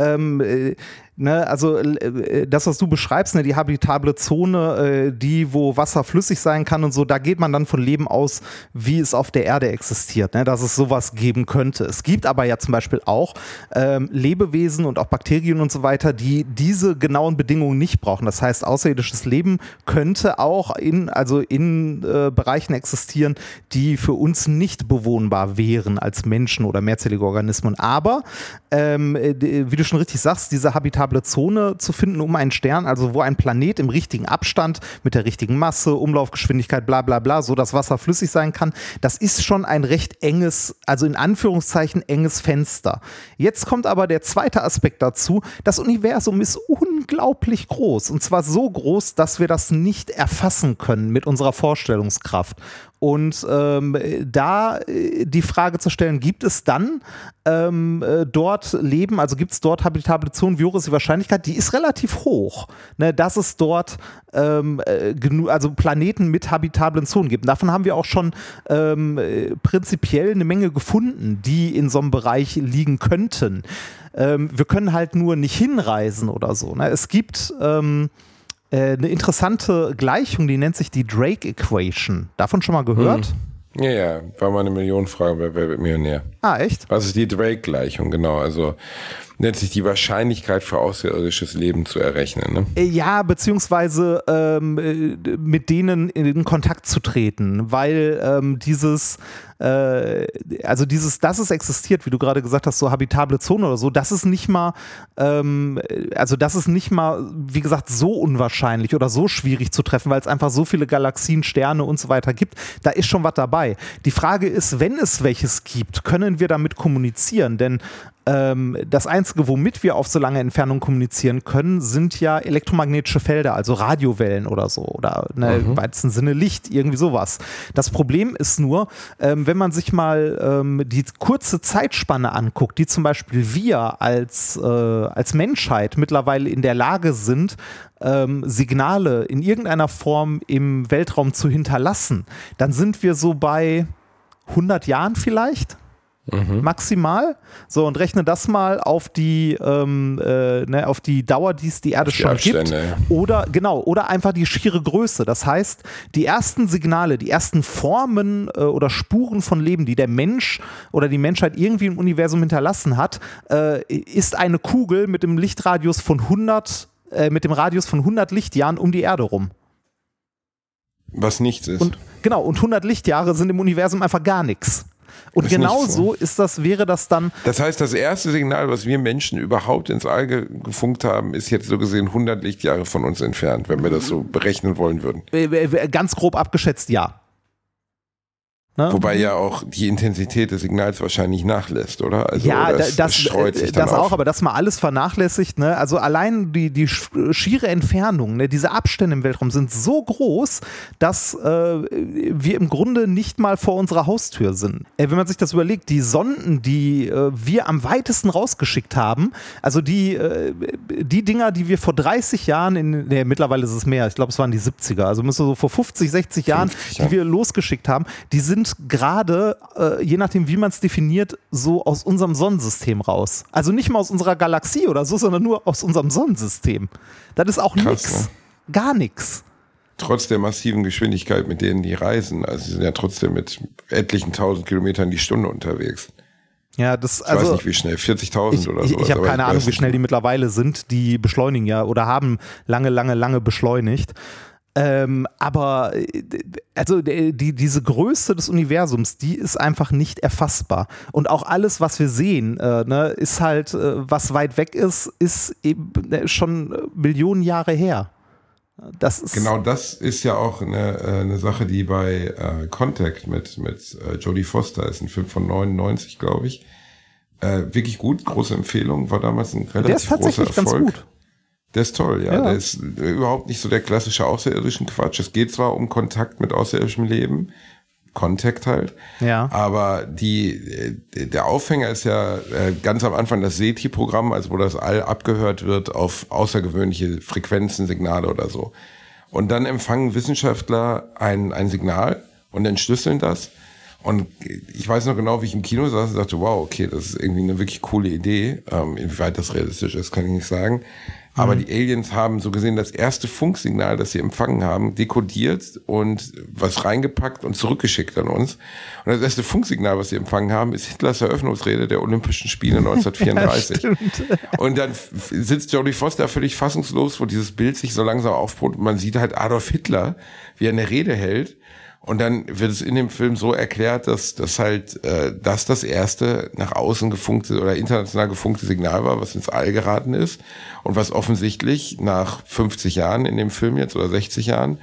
ne, also das, was du beschreibst, ne, die habitable Zone, die, wo Wasser flüssig sein kann und so, da geht man dann von Leben aus, wie es auf der Erde existiert, ne, dass es sowas geben könnte. Es gibt aber ja zum Beispiel auch Lebewesen und auch Bakterien und so weiter, die diese genauen Bedingungen nicht brauchen. Das heißt, außerirdisches Leben könnte auch in Bereichen existieren, die für uns nicht bewohnbar wären als Menschen oder mehrzellige Organismen. Aber wie du schon richtig sagst, diese habitable habitable Zone zu finden um einen Stern, also wo ein Planet im richtigen Abstand mit der richtigen Masse, Umlaufgeschwindigkeit, bla bla bla, so dass Wasser flüssig sein kann. Das ist schon ein recht enges, also in Anführungszeichen enges Fenster. Jetzt kommt aber der zweite Aspekt dazu. Das Universum ist unglaublich groß, und zwar so groß, dass wir das nicht erfassen können mit unserer Vorstellungskraft. Und da die Frage zu stellen, gibt es dann dort Leben, also gibt es dort habitable Zonen, wie hoch ist die Wahrscheinlichkeit? Die ist relativ hoch, ne, dass es dort also Planeten mit habitablen Zonen gibt. Und davon haben wir auch schon prinzipiell eine Menge gefunden, die in so einem Bereich liegen könnten. Wir können halt nur nicht hinreisen oder so. Ne? Es gibt eine interessante Gleichung, die nennt sich die Drake Equation. Davon schon mal gehört? Ja, war mal eine Millionenfrage, wer wird Millionär? Ah, echt? Was ist die Drake-Gleichung, genau, also nennt sich die Wahrscheinlichkeit für außerirdisches Leben zu errechnen, ne? Ja, beziehungsweise mit denen in Kontakt zu treten, weil dass es existiert, wie du gerade gesagt hast, so habitable Zone oder so, das ist nicht mal, wie gesagt, so unwahrscheinlich oder so schwierig zu treffen, weil es einfach so viele Galaxien, Sterne und so weiter gibt. Da ist schon was dabei. Die Frage ist, wenn es welches gibt, können wir damit kommunizieren? Denn das Einzige, womit wir auf so lange Entfernung kommunizieren können, sind ja elektromagnetische Felder, also Radiowellen oder so, oder im weitesten Sinne Licht, irgendwie sowas. Das Problem ist nur, wenn man sich mal die kurze Zeitspanne anguckt, die zum Beispiel wir als Menschheit mittlerweile in der Lage sind, Signale in irgendeiner Form im Weltraum zu hinterlassen, dann sind wir so bei 100 Jahren vielleicht. Maximal. So, und rechne das mal auf die auf die Dauer, die es die Erde schon gibt. Ja. Oder einfach die schiere Größe. Das heißt, die ersten Signale, die ersten Formen oder Spuren von Leben, die der Mensch oder die Menschheit irgendwie im Universum hinterlassen hat, ist eine Kugel mit dem Lichtradius von 100 Lichtjahren um die Erde rum. Was nichts ist. Und 100 Lichtjahre sind im Universum einfach gar nichts. Und genau so wäre das dann. Das heißt, das erste Signal, was wir Menschen überhaupt ins All gefunkt haben, ist jetzt so gesehen 100 Lichtjahre von uns entfernt, wenn wir das so berechnen wollen würden. Ganz grob abgeschätzt, ja. Ne? Wobei ja auch die Intensität des Signals wahrscheinlich nachlässt, oder? Also ja, das streut sich dann das auch, aber das mal alles vernachlässigt. Ne? Also allein die schiere Entfernung, ne? Diese Abstände im Weltraum sind so groß, dass wir im Grunde nicht mal vor unserer Haustür sind. Wenn man sich das überlegt, die Sonden, die wir am weitesten rausgeschickt haben, also die Dinger, die wir vor 30 Jahren, mittlerweile ist es mehr, ich glaube es waren die 70er, also müssen so vor 50, 60 Jahren, die wir losgeschickt haben, die sind gerade, je nachdem wie man es definiert, so aus unserem Sonnensystem raus. Also nicht mal aus unserer Galaxie oder so, sondern nur aus unserem Sonnensystem. Das ist auch nichts. Ne? Gar nichts. Trotz der massiven Geschwindigkeit, mit denen die reisen. Also sie sind ja trotzdem mit etlichen 1000 Kilometern die Stunde unterwegs. Ja, ich weiß nicht wie schnell, 40.000 oder so. Ich habe keine Ahnung, wie schnell die mittlerweile sind. Die beschleunigen ja oder haben lange beschleunigt. Aber also diese Größe des Universums, die ist einfach nicht erfassbar. Und auch alles, was wir sehen, ist halt, was weit weg ist eben schon Millionen Jahre her. Genau, das ist ja auch eine Sache, die bei Contact mit Jodie Foster ist, ein Film von 99, glaube ich. Wirklich gut, große Empfehlung, war damals ein relativ großer Erfolg. Ganz gut. Der ist toll, ja. Der ist überhaupt nicht so der klassische außerirdischen Quatsch. Es geht zwar um Kontakt mit außerirdischem Leben, Contact halt, aber der Aufhänger ist ja ganz am Anfang das SETI-Programm, also wo das All abgehört wird auf außergewöhnliche Frequenzen, Signale oder so. Und dann empfangen Wissenschaftler ein Signal und entschlüsseln das. Und ich weiß noch genau, wie ich im Kino saß und dachte, wow, okay, das ist irgendwie eine wirklich coole Idee. Inwieweit das realistisch ist, kann ich nicht sagen. Aber die Aliens haben so gesehen das erste Funksignal, das sie empfangen haben, dekodiert und was reingepackt und zurückgeschickt an uns. Und das erste Funksignal, was sie empfangen haben, ist Hitlers Eröffnungsrede der Olympischen Spiele 1934. Ja, und dann sitzt Jodie Foster völlig fassungslos, wo dieses Bild sich so langsam aufbaut. Und man sieht halt Adolf Hitler, wie er eine Rede hält. Und dann wird es in dem Film so erklärt, dass das erste nach außen gefunkte oder international gefunkte Signal war, was ins All geraten ist und was offensichtlich nach 50 Jahren in dem Film jetzt oder 60 Jahren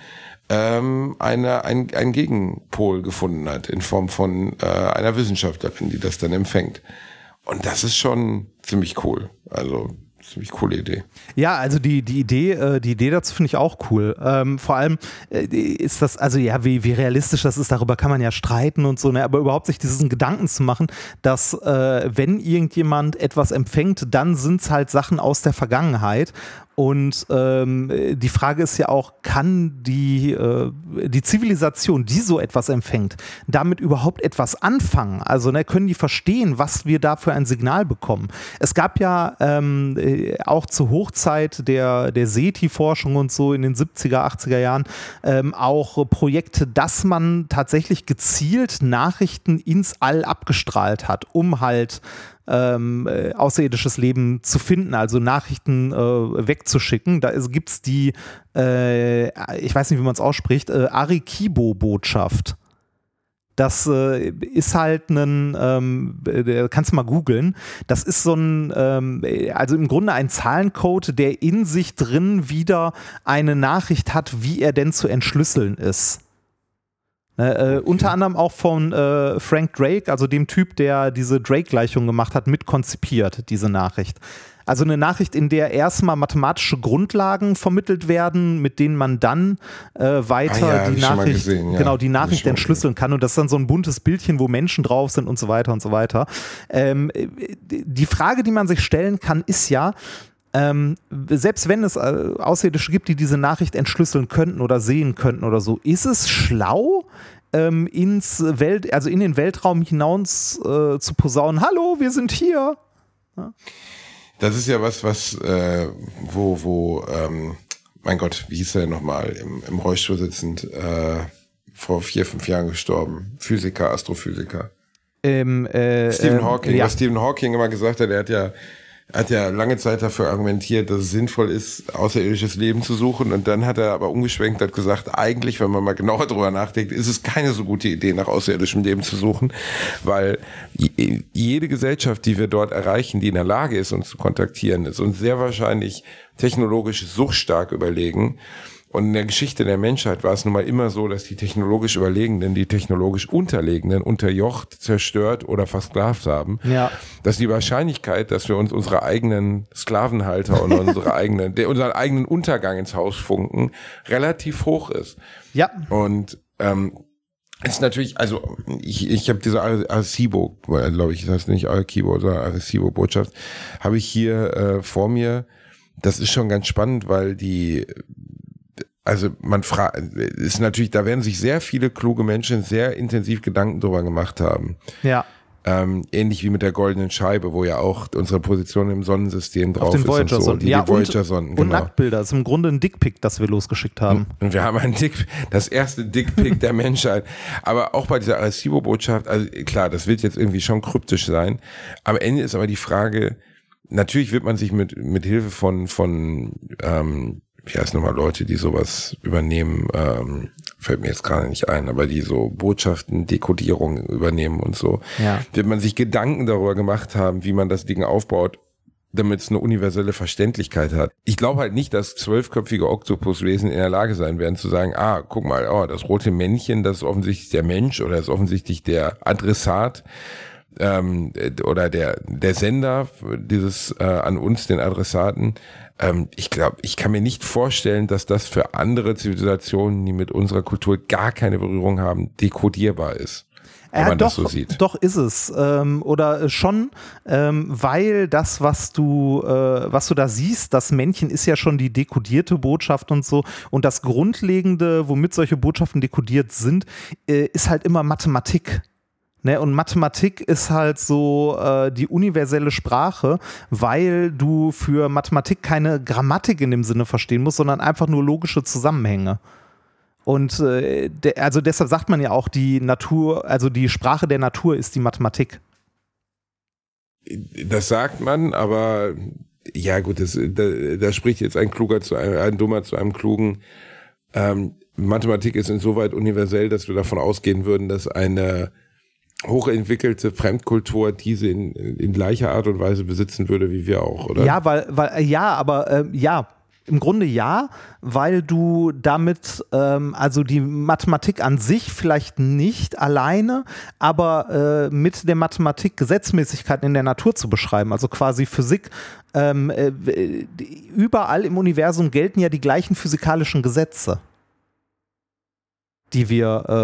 einen Gegenpol gefunden hat in Form von einer Wissenschaftlerin, die das dann empfängt. Und das ist schon ziemlich cool. Also ziemlich coole Idee. Ja, also die Idee dazu finde ich auch cool. Vor allem ist das, also ja, wie realistisch das ist, darüber kann man ja streiten und so, ne? Aber überhaupt sich diesen Gedanken zu machen, dass wenn irgendjemand etwas empfängt, dann sind es halt Sachen aus der Vergangenheit. Und die Frage ist ja auch, kann die Zivilisation, die so etwas empfängt, damit überhaupt etwas anfangen? Also können die verstehen, was wir da für ein Signal bekommen? Es gab ja auch zur Hochzeit der SETI-Forschung und so in den 70er, 80er Jahren auch Projekte, dass man tatsächlich gezielt Nachrichten ins All abgestrahlt hat, um halt außerirdisches Leben zu finden, also Nachrichten wegzuschicken. Da gibt es die, ich weiß nicht, wie man es ausspricht, Arecibo-Botschaft. Das ist halt kannst du mal googeln, das ist so ein, also im Grunde ein Zahlencode, der in sich drin wieder eine Nachricht hat, wie er denn zu entschlüsseln ist. Okay. Unter anderem auch von Frank Drake, also dem Typ, der diese Drake-Gleichung gemacht hat, mitkonzipiert, diese Nachricht. Also eine Nachricht, in der erstmal mathematische Grundlagen vermittelt werden, mit denen man dann weiter die Nachricht entschlüsseln kann. Und das ist dann so ein buntes Bildchen, wo Menschen drauf sind und so weiter und so weiter. Die Frage, die man sich stellen kann, ist ja, selbst wenn es Außerirdische gibt, die diese Nachricht entschlüsseln könnten oder sehen könnten oder so, ist es schlau, in den Weltraum hinaus zu posaunen, hallo, wir sind hier. Ja. Das ist ja was wo mein Gott, wie hieß er denn nochmal, im Rollstuhl sitzend, vor 4-5 Jahren gestorben, Astrophysiker. Stephen Hawking, ja. Was Stephen Hawking immer gesagt hat, er hat ja lange Zeit dafür argumentiert, dass es sinnvoll ist, außerirdisches Leben zu suchen. Und dann hat er aber umgeschwenkt, hat gesagt, eigentlich, wenn man mal genauer drüber nachdenkt, ist es keine so gute Idee, nach außerirdischem Leben zu suchen, weil jede Gesellschaft, die wir dort erreichen, die in der Lage ist, uns zu kontaktieren, ist uns sehr wahrscheinlich technologisch so stark überlegen. Und in der Geschichte der Menschheit war es nun mal immer so, dass die technologisch Überlegenen die technologisch Unterlegenen unterjocht, zerstört oder versklavt haben. Ja. Dass die Wahrscheinlichkeit, dass wir uns unsere eigenen Sklavenhalter und unseren eigenen Untergang ins Haus funken, relativ hoch ist. Ja. Und ist natürlich, also ich habe diese Arecibo, glaube ich, das heißt nicht Arecibo, sondern Arecibo-Botschaft, habe ich hier vor mir. Das ist schon ganz spannend, weil man fragt, ist natürlich, da werden sich sehr viele kluge Menschen sehr intensiv Gedanken drüber gemacht haben. Ja. Ähnlich wie mit der goldenen Scheibe, wo ja auch unsere Position im Sonnensystem drauf ist. Auf den Voyager-Sonden. Die Voyager-Sonden, und Nacktbilder. Das ist im Grunde ein Dickpick, das wir losgeschickt haben. Und wir haben das erste Dickpick der Menschheit. Aber auch bei dieser Arecibo-Botschaft, also klar, das wird jetzt irgendwie schon kryptisch sein. Am Ende ist aber die Frage, natürlich wird man sich mit Hilfe von wie heißt nochmal Leute, die sowas übernehmen, fällt mir jetzt gerade nicht ein, aber die so Botschaften, Dekodierungen übernehmen und so, wird man sich Gedanken darüber gemacht haben, wie man das Ding aufbaut, damit es eine universelle Verständlichkeit hat. Ich glaube halt nicht, dass 12-köpfige Oktopuswesen in der Lage sein werden zu sagen, guck mal, das rote Männchen, das ist offensichtlich der Mensch oder ist offensichtlich der Adressat oder der Sender dieses an uns, den Adressaten. Ich glaube, ich kann mir nicht vorstellen, dass das für andere Zivilisationen, die mit unserer Kultur gar keine Berührung haben, dekodierbar ist. Wenn man das so sieht. Doch ist es. Oder schon, weil das, was du da siehst, das Männchen ist ja schon die dekodierte Botschaft und so. Und das Grundlegende, womit solche Botschaften dekodiert sind, ist halt immer Mathematik. Ne, und Mathematik ist halt so die universelle Sprache, weil du für Mathematik keine Grammatik in dem Sinne verstehen musst, sondern einfach nur logische Zusammenhänge. Und also deshalb sagt man ja auch, die Natur, also die Sprache der Natur ist die Mathematik. Das sagt man, aber ja gut, da spricht jetzt ein Dummer zu einem Klugen. Mathematik ist insoweit universell, dass wir davon ausgehen würden, dass eine hochentwickelte Fremdkultur diese in gleicher Art und Weise besitzen würde, wie wir auch, oder? Ja, im Grunde ja, weil du damit, also die Mathematik an sich vielleicht nicht alleine, aber mit der Mathematik Gesetzmäßigkeiten in der Natur zu beschreiben, also quasi Physik, überall im Universum gelten ja die gleichen physikalischen Gesetze, die wir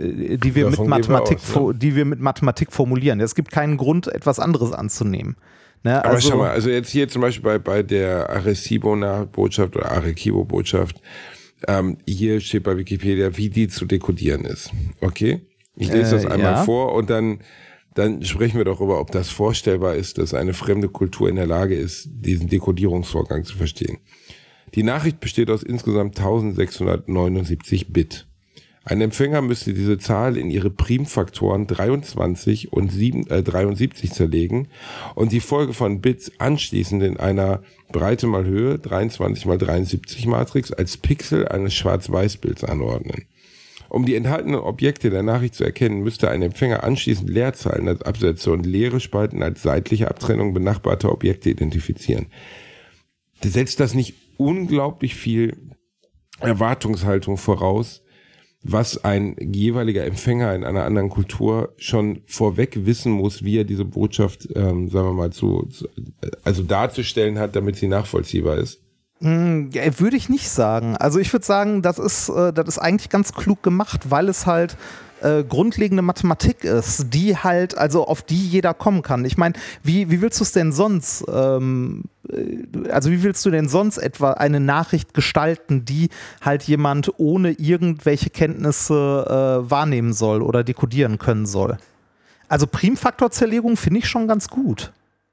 mit Mathematik formulieren. Es gibt keinen Grund, etwas anderes anzunehmen. Ne? Aber schau mal, also jetzt hier zum Beispiel bei der Arecibo-Botschaft oder Arequivo-Botschaft, hier steht bei Wikipedia, wie die zu dekodieren ist. Okay? Ich lese das einmal vor und dann sprechen wir doch darüber, ob das vorstellbar ist, dass eine fremde Kultur in der Lage ist, diesen Dekodierungsvorgang zu verstehen. Die Nachricht besteht aus insgesamt 1679 Bit. Ein Empfänger müsste diese Zahl in ihre Primfaktoren 23 und 73 zerlegen und die Folge von Bits anschließend in einer Breite mal Höhe 23 mal 73 Matrix als Pixel eines Schwarz-Weiß-Bilds anordnen. Um die enthaltenen Objekte der Nachricht zu erkennen, müsste ein Empfänger anschließend Leerzeilen als Absätze und leere Spalten als seitliche Abtrennung benachbarter Objekte identifizieren. Setzt das nicht unglaublich viel Erwartungshaltung voraus, was ein jeweiliger Empfänger in einer anderen Kultur schon vorweg wissen muss, wie er diese Botschaft, sagen wir mal, also darzustellen hat, damit sie nachvollziehbar ist? Würde ich nicht sagen. Also ich würde sagen, das ist eigentlich ganz klug gemacht, weil es halt grundlegende Mathematik ist, die halt, also auf die jeder kommen kann. Ich meine, wie willst du es denn sonst, wie willst du denn sonst etwa eine Nachricht gestalten, die halt jemand ohne irgendwelche Kenntnisse wahrnehmen soll oder dekodieren können soll? Also Primfaktorzerlegung finde ich schon ganz gut.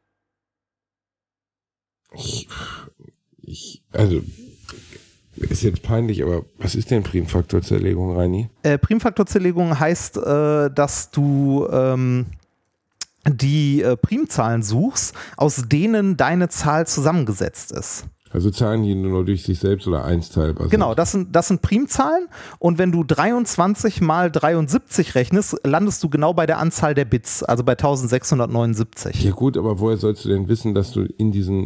Also ist jetzt peinlich, aber was ist denn Primfaktorzerlegung, Reini? Primfaktorzerlegung heißt, dass du die Primzahlen suchst, aus denen deine Zahl zusammengesetzt ist. Also Zahlen, die nur durch sich selbst oder eins teilbar sind. Genau, das sind Primzahlen und wenn du 23 mal 73 rechnest, landest du genau bei der Anzahl der Bits, also bei 1679. Ja gut, aber woher sollst du denn wissen, dass du in diesen,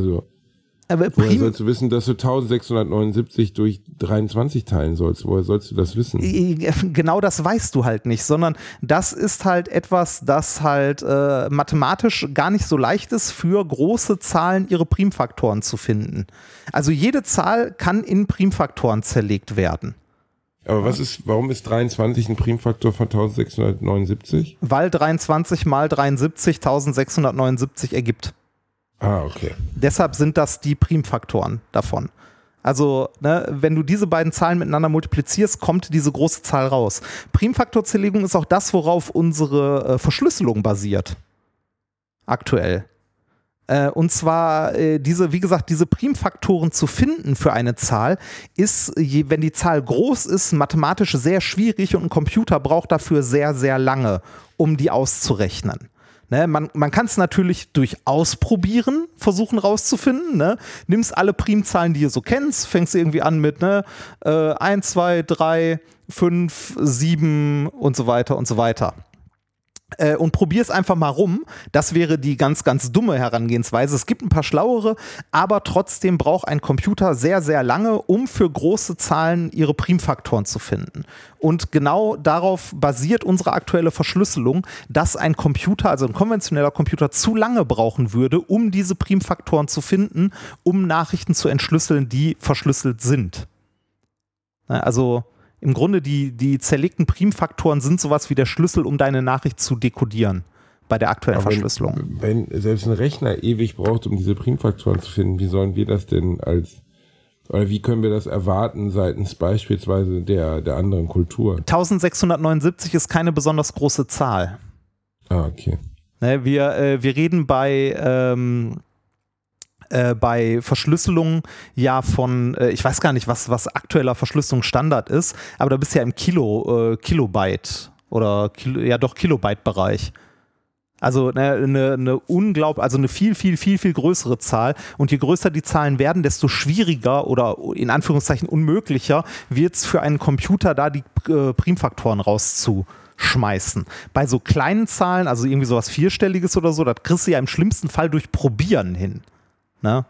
woher sollst du wissen, dass du 1679 durch 23 teilen sollst? Woher sollst du das wissen? Genau das weißt du halt nicht, sondern das ist halt etwas, das halt mathematisch gar nicht so leicht ist, für große Zahlen ihre Primfaktoren zu finden. Also jede Zahl kann in Primfaktoren zerlegt werden. Aber warum ist 23 ein Primfaktor von 1679? Weil 23 mal 73 1679 ergibt. Ah, okay. Deshalb sind das die Primfaktoren davon. Also, wenn du diese beiden Zahlen miteinander multiplizierst, kommt diese große Zahl raus. Primfaktorzerlegung ist auch das, worauf unsere Verschlüsselung basiert. Aktuell. Und zwar, wie gesagt, diese Primfaktoren zu finden für eine Zahl ist, wenn die Zahl groß ist, mathematisch sehr schwierig und ein Computer braucht dafür sehr, sehr lange, um die auszurechnen. Ne, man kann es natürlich durch Ausprobieren versuchen rauszufinden. Ne? Nimmst alle Primzahlen, die du so kennst, fängst irgendwie an mit 1, 2, 3, 5, 7 und so weiter und so weiter. Und probier es einfach mal rum. Das wäre die ganz, ganz dumme Herangehensweise. Es gibt ein paar schlauere, aber trotzdem braucht ein Computer sehr, sehr lange, um für große Zahlen ihre Primfaktoren zu finden. Und genau darauf basiert unsere aktuelle Verschlüsselung, dass ein Computer, also ein konventioneller Computer, zu lange brauchen würde, um diese Primfaktoren zu finden, um Nachrichten zu entschlüsseln, die verschlüsselt sind. Also im Grunde die zerlegten Primfaktoren sind sowas wie der Schlüssel, um deine Nachricht zu dekodieren bei der aktuellen Verschlüsselung. Wenn selbst ein Rechner ewig braucht, um diese Primfaktoren zu finden, wie sollen wir das denn oder wie können wir das erwarten seitens beispielsweise der anderen Kultur? 1679 ist keine besonders große Zahl. Ah, okay. Wir reden bei Verschlüsselung ja von, ich weiß gar nicht, was aktueller Verschlüsselungsstandard ist, aber da bist du ja im Kilobyte oder Kilobyte-Bereich. Also eine viel, viel, viel, viel größere Zahl. Und je größer die Zahlen werden, desto schwieriger oder in Anführungszeichen unmöglicher wird es für einen Computer, da die Primfaktoren rauszuschmeißen. Bei so kleinen Zahlen, also irgendwie sowas Vierstelliges oder so, das kriegst du ja im schlimmsten Fall durch Probieren hin. Ne?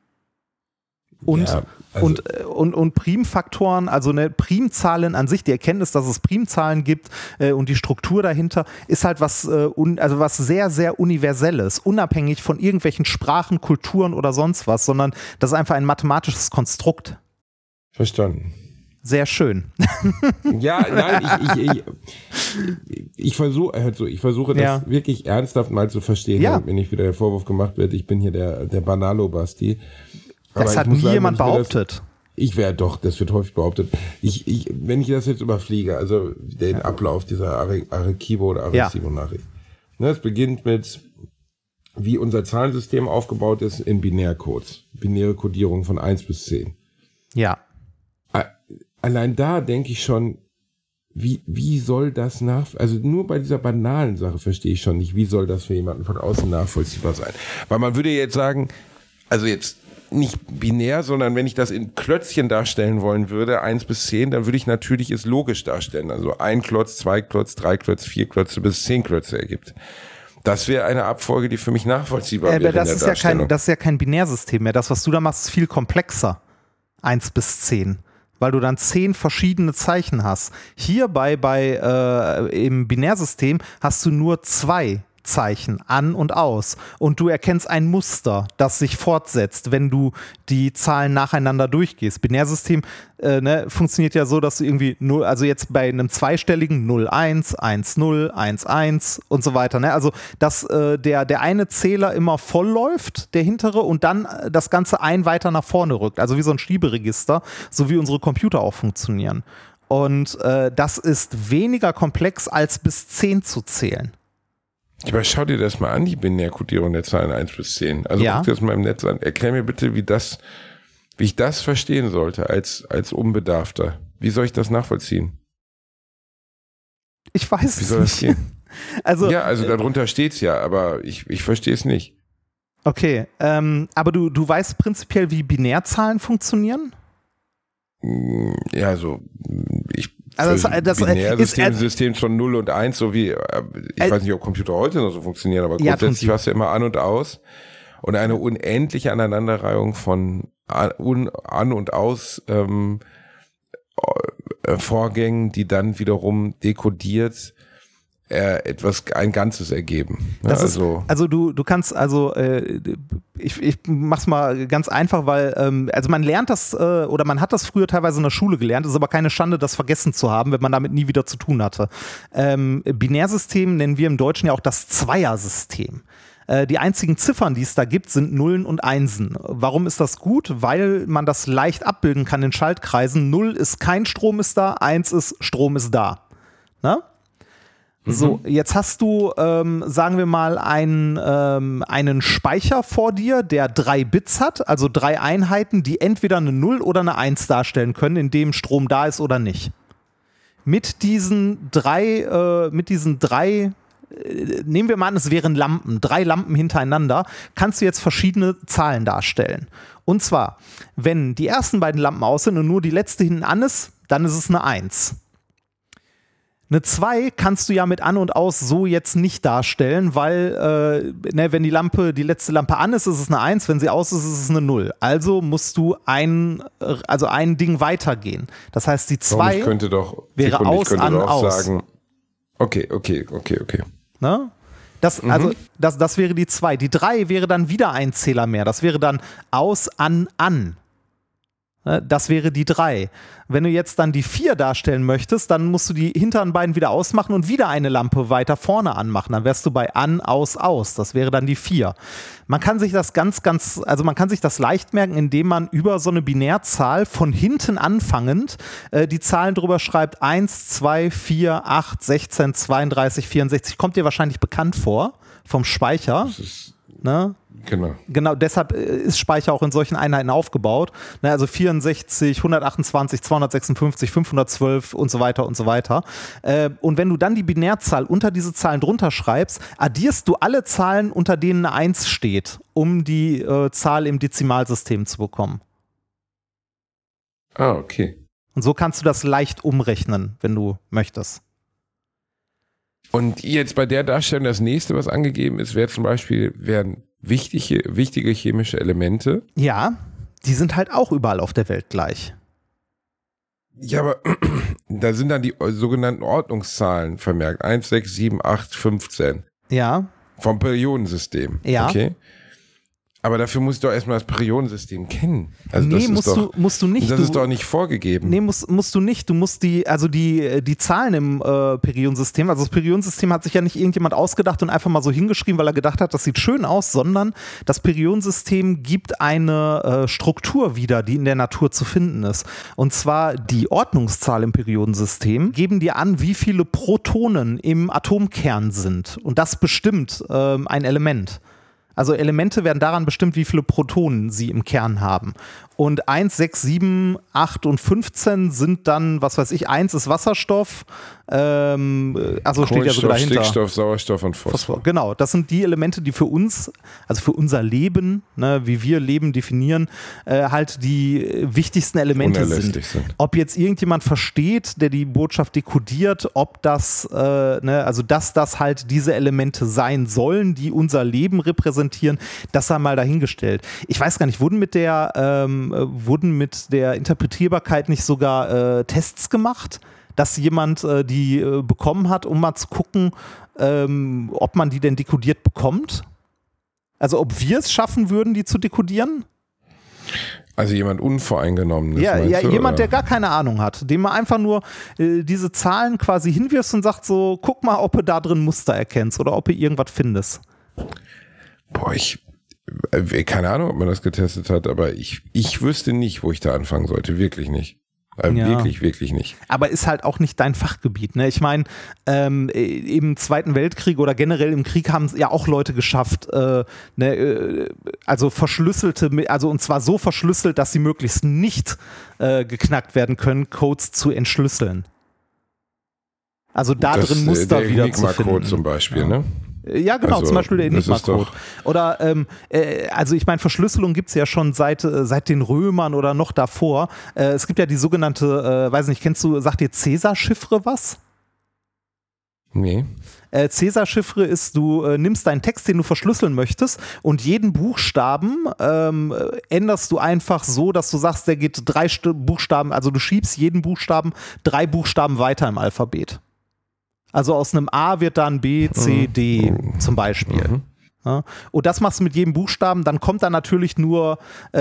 Und, Ja, und Primfaktoren, also Primzahlen an sich, die Erkenntnis, dass es Primzahlen gibt und die Struktur dahinter, ist halt was sehr, sehr Universelles, unabhängig von irgendwelchen Sprachen, Kulturen oder sonst was, sondern das ist einfach ein mathematisches Konstrukt. Verstanden. Sehr schön. Ja, nein, ich versuche das wirklich ernsthaft mal zu verstehen, damit mir nicht wieder der Vorwurf gemacht wird, ich bin hier der Banalo-Basti. Das hat nie jemand behauptet. Das wird häufig behauptet. Wenn ich das jetzt überfliege, also den Ablauf dieser Arecibo oder Arecibo-Nachricht. Ne, es beginnt mit, wie unser Zahlensystem aufgebaut ist in Binärcodes. Binäre Kodierung von 1 bis 10. Ja. Allein da denke ich schon, wie soll das also nur bei dieser banalen Sache verstehe ich schon nicht, wie soll das für jemanden von außen nachvollziehbar sein? Weil man würde jetzt sagen, also jetzt nicht binär, sondern wenn ich das in Klötzchen darstellen wollen würde, 1 bis 10, dann würde ich natürlich es logisch darstellen. Also 1 Klotz, 2 Klotz, 3 Klotz, 4 Klötze bis 10 Klötze ergibt. Das wäre eine Abfolge, die für mich nachvollziehbar wäre. Das ist ja kein Binärsystem mehr. Das, was du da machst, ist viel komplexer. 1 bis 10. Weil du dann 10 verschiedene Zeichen hast. Hier im Binärsystem hast du nur 2 Zeichen, an und aus. Und du erkennst ein Muster, das sich fortsetzt, wenn du die Zahlen nacheinander durchgehst. Binärsystem funktioniert ja so, dass du irgendwie also jetzt bei einem zweistelligen 0,1, 1,0, 1,1 und so weiter. Ne? Also, dass der eine Zähler immer voll läuft, der hintere, und dann das Ganze ein weiter nach vorne rückt. Also wie so ein Schieberegister, so wie unsere Computer auch funktionieren. Und das ist weniger komplex, als bis 10 zu zählen. Aber schau dir das mal an, die Binärkodierung der Zahlen 1 bis 10. Also guck dir das mal im Netz an. Erklär mir bitte, wie ich das verstehen sollte als Unbedarfter. Wie soll ich das nachvollziehen? Ich weiß es nicht. Wie soll das gehen? Also darunter steht's ja, aber ich verstehe es nicht. Okay, aber du weißt prinzipiell, wie Binärzahlen funktionieren? Ja, Binärsystem von 0 und 1, so wie, ich weiß nicht, ob Computer heute noch so funktionieren, aber grundsätzlich hast du immer an und aus und eine unendliche Aneinanderreihung von an und aus Vorgängen, die dann wiederum dekodiert ein Ganzes ergeben. Das ist, du kannst, ich mach's mal ganz einfach, weil man lernt das oder man hat das früher teilweise in der Schule gelernt, ist aber keine Schande, das vergessen zu haben, wenn man damit nie wieder zu tun hatte. Binärsystem nennen wir im Deutschen ja auch das Zweiersystem. Die einzigen Ziffern, die es da gibt, sind Nullen und Einsen. Warum ist das gut? Weil man das leicht abbilden kann in Schaltkreisen. 0 ist kein Strom ist da, 1 ist Strom ist da. Na? So, jetzt hast du, sagen wir mal, einen Speicher vor dir, der 3 Bits hat, also 3 Einheiten, die entweder eine 0 oder eine 1 darstellen können, in dem Strom da ist oder nicht. Mit diesen drei, nehmen wir mal an, es wären Lampen, 3 Lampen hintereinander, kannst du jetzt verschiedene Zahlen darstellen. Und zwar, wenn die ersten beiden Lampen aus sind und nur die letzte hinten an ist, dann ist es eine 1. Eine 2 kannst du ja mit an und aus so jetzt nicht darstellen, weil wenn die letzte Lampe an ist, ist es eine 1, wenn sie aus ist, ist es eine 0. Also musst du ein Ding weitergehen. Das heißt, die 2 wäre aus, an, aus. Sagen, okay. Ne? Das wäre die 2. Die 3 wäre dann wieder ein Zähler mehr. Das wäre dann aus, an, an. Das wäre die 3. Wenn du jetzt dann die 4 darstellen möchtest, dann musst du die hinteren beiden wieder ausmachen und wieder eine Lampe weiter vorne anmachen. Dann wärst du bei an, aus, aus. Das wäre dann die 4. Man kann sich das man kann sich das leicht merken, indem man über so eine Binärzahl von hinten anfangend die Zahlen drüber schreibt. 1, 2, 4, 8, 16, 32, 64. Kommt dir wahrscheinlich bekannt vor vom Speicher. Ne? Genau, deshalb ist Speicher auch in solchen Einheiten aufgebaut. Ne, also 64, 128, 256, 512 und so weiter und so weiter. Und wenn du dann die Binärzahl unter diese Zahlen drunter schreibst, addierst du alle Zahlen, unter denen eine 1 steht, um die Zahl im Dezimalsystem zu bekommen. Ah, okay. Und so kannst du das leicht umrechnen, wenn du möchtest. Und jetzt bei der Darstellung, das nächste, was angegeben ist, wären wichtige chemische Elemente. Ja, die sind halt auch überall auf der Welt gleich. Ja, aber da sind dann die sogenannten Ordnungszahlen vermerkt. 1, 6, 7, 8, 15. Ja. Vom Periodensystem. Ja. Okay. Aber dafür musst du doch erstmal das Periodensystem kennen. Also nee, musst du nicht. Das ist doch nicht vorgegeben. Nee, musst du nicht. Du musst die Zahlen im Periodensystem, also das Periodensystem hat sich ja nicht irgendjemand ausgedacht und einfach mal so hingeschrieben, weil er gedacht hat, das sieht schön aus, sondern das Periodensystem gibt eine Struktur wieder, die in der Natur zu finden ist. Und zwar die Ordnungszahl im Periodensystem geben dir an, wie viele Protonen im Atomkern sind. Und das bestimmt ein Element. Also Elemente werden daran bestimmt, wie viele Protonen sie im Kern haben. Und 1, 6, 7, 8 und 15 sind dann, was weiß ich, 1 ist Wasserstoff, also steht ja sogar dahinter. Stickstoff, Sauerstoff und Phosphor. Genau, das sind die Elemente, die für uns, also für unser Leben, ne, wie wir Leben definieren, halt die wichtigsten Elemente sind. Ob jetzt irgendjemand versteht, der die Botschaft dekodiert, ob das, also dass das halt diese Elemente sein sollen, die unser Leben repräsentieren, das sei mal dahingestellt. Ich weiß gar nicht, wurden mit der Interpretierbarkeit nicht sogar Tests gemacht, dass jemand die bekommen hat, um mal zu gucken, ob man die denn dekodiert bekommt? Also ob wir es schaffen würden, die zu dekodieren? Also jemand Unvoreingenommenes. Ja, du, jemand, oder? der gar keine Ahnung hat, dem man einfach nur diese Zahlen quasi hinwirfst und sagt so, guck mal, ob du da drin Muster erkennst oder ob du irgendwas findest. Boah, keine Ahnung, ob man das getestet hat, aber ich wüsste nicht, wo ich da anfangen sollte. Wirklich nicht. Wirklich nicht. Aber ist halt auch nicht dein Fachgebiet. Ne? Ich meine, im Zweiten Weltkrieg oder generell im Krieg haben es ja auch Leute geschafft, also verschlüsselte, also und zwar so verschlüsselt, dass sie möglichst nicht geknackt werden können, Codes zu entschlüsseln. Also da drin Muster wieder zu finden. Code zum Beispiel, ja. Ne? Ja, genau, also, zum Beispiel der Enigma-Code. Oder, also ich meine, Verschlüsselung gibt es ja schon seit den Römern oder noch davor. Es gibt ja die sogenannte, weiß nicht, sagt dir Cäsar-Chiffre was? Nee. Cäsar-Chiffre ist, du nimmst deinen Text, den du verschlüsseln möchtest und jeden Buchstaben änderst du einfach so, dass du sagst, der geht 3 Buchstaben, also du schiebst jeden Buchstaben 3 Buchstaben weiter im Alphabet. Also aus einem A wird dann B, C, D zum Beispiel. Ja, und das machst du mit jedem Buchstaben, dann kommt da natürlich nur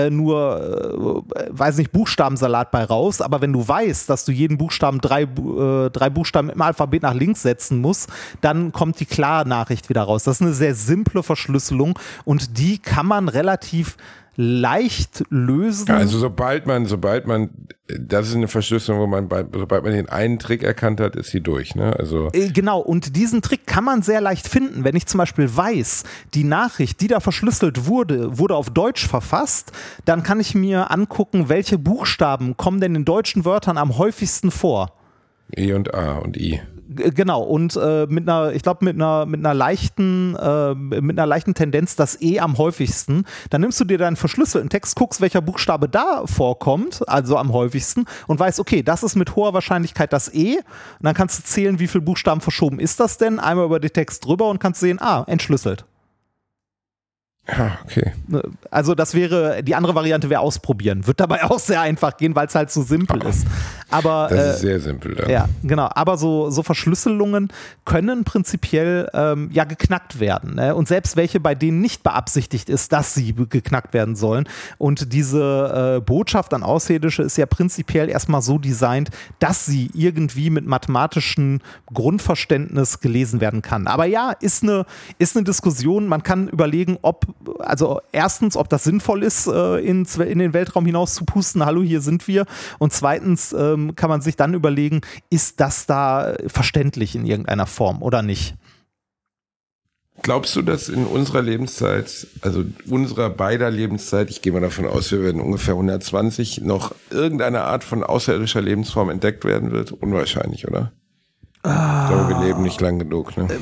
weiß nicht, Buchstabensalat bei raus, aber wenn du weißt, dass du jeden Buchstaben 3 Buchstaben im Alphabet nach links setzen musst, dann kommt die Klarnachricht wieder raus. Das ist eine sehr simple Verschlüsselung und die kann man relativ leicht lösen. Ja, also sobald man, das ist eine Verschlüsselung, sobald man den einen Trick erkannt hat, ist sie durch, ne? Also genau, und diesen Trick kann man sehr leicht finden. Wenn ich zum Beispiel weiß, die Nachricht, die da verschlüsselt wurde auf Deutsch verfasst, dann kann ich mir angucken, welche Buchstaben kommen denn in deutschen Wörtern am häufigsten vor. E und A und I. Genau, und mit einer leichten Tendenz das E am häufigsten. Dann nimmst du dir deinen verschlüsselten Text, guckst, welcher Buchstabe da vorkommt, also am häufigsten, und weißt, okay, das ist mit hoher Wahrscheinlichkeit das E. Und dann kannst du zählen, wie viele Buchstaben verschoben ist das denn, einmal über den Text drüber und kannst sehen, entschlüsselt. Ja, okay. Also die andere Variante wäre ausprobieren. Wird dabei auch sehr einfach gehen, weil es halt so simpel ist. Aber, das ist sehr simpel, ja. Ja, genau. Aber so Verschlüsselungen können prinzipiell geknackt werden. Ne? Und selbst welche, bei denen nicht beabsichtigt ist, dass sie geknackt werden sollen. Und diese Botschaft an Außerirdische ist ja prinzipiell erstmal so designt, dass sie irgendwie mit mathematischem Grundverständnis gelesen werden kann. Aber ja, ist eine Diskussion. Man kann überlegen, ob das sinnvoll ist, in den Weltraum hinaus zu pusten, hallo, hier sind wir. Und zweitens kann man sich dann überlegen, ist das da verständlich in irgendeiner Form oder nicht? Glaubst du, dass in unserer Lebenszeit, also unserer beider Lebenszeit, ich gehe mal davon aus, wir werden ungefähr 120, noch irgendeine Art von außerirdischer Lebensform entdeckt werden wird? Unwahrscheinlich, oder? Ich glaube, wir leben nicht lang genug. Ne?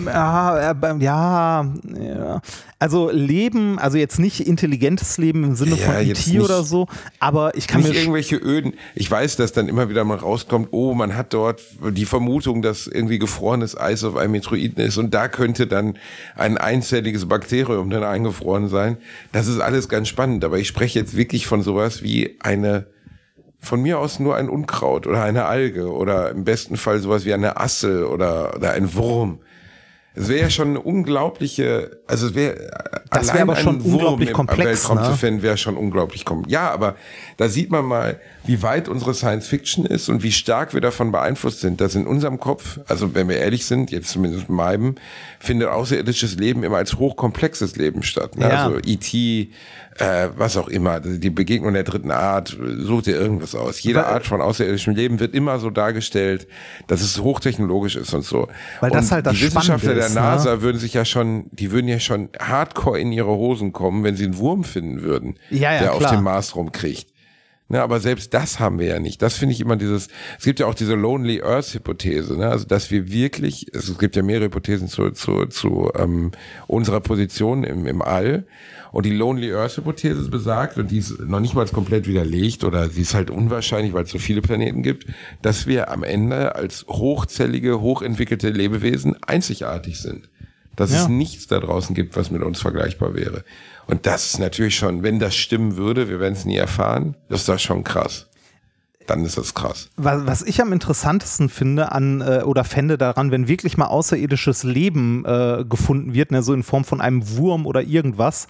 Ja. Also Leben, also jetzt nicht intelligentes Leben im Sinne von E.T. oder so, aber ich kann nicht mir irgendwelche Öden. Ich weiß, dass dann immer wieder mal rauskommt, man hat dort die Vermutung, dass irgendwie gefrorenes Eis auf einem Meteoriten ist und da könnte dann ein einzelliges Bakterium dann eingefroren sein. Das ist alles ganz spannend, aber ich spreche jetzt wirklich von sowas wie von mir aus nur ein Unkraut oder eine Alge oder im besten Fall sowas wie eine Assel oder ein Wurm. Es wäre ja schon eine unglaubliche, also es wäre das wäre aber schon unglaublich komplex, Weltraum zu finden, wäre schon unglaublich komplex. Ja, aber da sieht man mal, wie weit unsere Science Fiction ist und wie stark wir davon beeinflusst sind, dass in unserem Kopf, also wenn wir ehrlich sind, jetzt zumindest in meinem, findet außerirdisches Leben immer als hochkomplexes Leben statt. Ne? Ja. Also E.T., was auch immer, die Begegnung der dritten Art, such dir irgendwas aus. Jede Art von außerirdischem Leben wird immer so dargestellt, dass es hochtechnologisch ist und so. Weil das halt das die Wissenschaftler der ist, NASA würden ja schon hardcore in ihre Hosen kommen, wenn sie einen Wurm finden würden, der klar. auf dem Mars rumkriecht. Ne, aber selbst das haben wir ja nicht. Das finde ich immer es gibt ja auch diese Lonely Earth Hypothese, ne? Also dass wir wirklich, es gibt ja mehrere Hypothesen zu unserer Position im All. Und die Lonely Earth Hypothese besagt, und die ist noch nicht mal komplett widerlegt oder sie ist halt unwahrscheinlich, weil es so viele Planeten gibt, dass wir am Ende als hochzellige, hochentwickelte Lebewesen einzigartig sind. Dass es nichts da draußen gibt, was mit uns vergleichbar wäre. Und das ist natürlich schon, wenn das stimmen würde, wir werden es nie erfahren, das ist das schon krass. Dann ist das krass. Was ich am interessantesten finde fände daran, wenn wirklich mal außerirdisches Leben gefunden wird, ne, so in Form von einem Wurm oder irgendwas,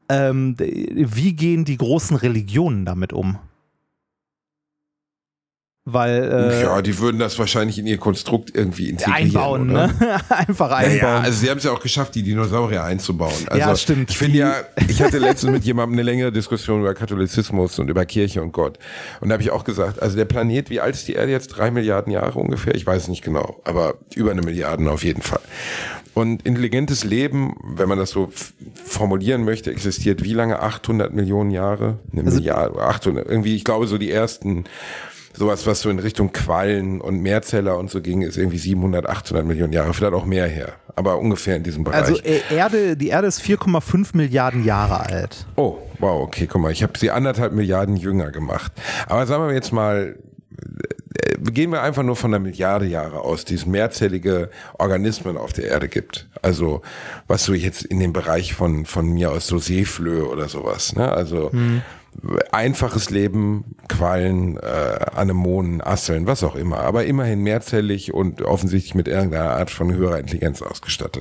wie gehen die großen Religionen damit um? Weil die würden das wahrscheinlich in ihr Konstrukt irgendwie integrieren. Einbauen, oder? Ne? Einfach einbauen. Ja, also sie haben es ja auch geschafft, die Dinosaurier einzubauen. Also ja, stimmt. Ich finde ich hatte letztens mit jemandem eine längere Diskussion über Katholizismus und über Kirche und Gott. Und da habe ich auch gesagt, also der Planet, wie alt ist die Erde jetzt? 3 Milliarden Jahre ungefähr? Ich weiß nicht genau, aber über 1 Milliarde auf jeden Fall. Und intelligentes Leben, wenn man das so formulieren möchte, existiert wie lange? 800 Millionen Jahre? Milliarde, 800, irgendwie, ich glaube so die ersten, sowas, was so in Richtung Quallen und Mehrzeller und so ging, ist irgendwie 700, 800 Millionen Jahre, vielleicht auch mehr her, aber ungefähr in diesem Bereich. Also die Erde ist 4,5 Milliarden Jahre alt. Oh, wow, okay, guck mal, ich habe sie 1,5 Milliarden jünger gemacht. Aber sagen wir jetzt mal, gehen wir einfach nur von 1 Milliarde Jahre aus, die es mehrzellige Organismen auf der Erde gibt. Also was so jetzt in dem Bereich von mir aus so Seeflöhe oder sowas, ne? Also einfaches Leben, Quallen, Anemonen, Asseln, was auch immer, aber immerhin mehrzellig und offensichtlich mit irgendeiner Art von höherer Intelligenz ausgestattet.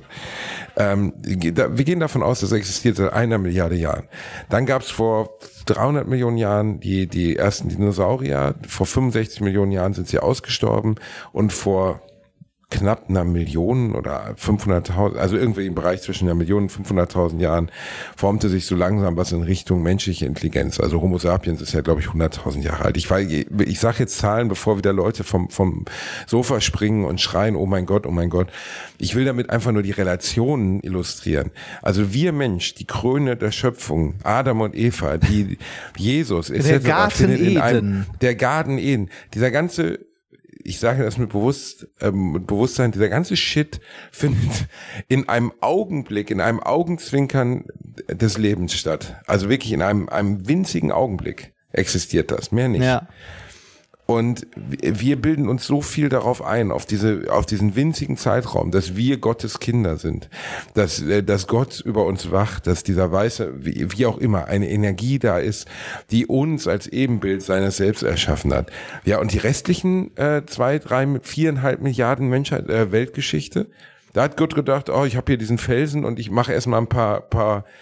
Wir gehen davon aus, das existiert seit 1 Milliarde Jahren. Dann gab es vor 300 Millionen Jahren die ersten Dinosaurier, vor 65 Millionen Jahren sind sie ausgestorben und vor knapp 1 Million oder 500.000, also irgendwie im Bereich zwischen 1 Million und 500.000 Jahren formte sich so langsam was in Richtung menschliche Intelligenz. Also Homo sapiens ist ja, glaube ich, 100.000 Jahre alt. Ich sage jetzt Zahlen, bevor wieder Leute vom Sofa springen und schreien, oh mein Gott, oh mein Gott. Ich will damit einfach nur die Relationen illustrieren. Also wir Mensch, die Krone der Schöpfung, Adam und Eva, die Jesus etc. Der Garten Eden. Der Garten Eden, dieser ganze, ich sage das mit Bewusstsein, dieser ganze Shit findet in einem Augenblick, in einem Augenzwinkern des Lebens statt. Also wirklich in einem winzigen Augenblick existiert das, mehr nicht. Ja. Und wir bilden uns so viel darauf ein, auf diesen winzigen Zeitraum, dass wir Gottes Kinder sind, dass Gott über uns wacht, dass dieser weiße, wie auch immer, eine Energie da ist, die uns als Ebenbild seines Selbst erschaffen hat. Ja, und die restlichen 2, 3, 4,5 Milliarden Weltgeschichte, da hat Gott gedacht, oh, ich habe hier diesen Felsen und ich mache erstmal ein paar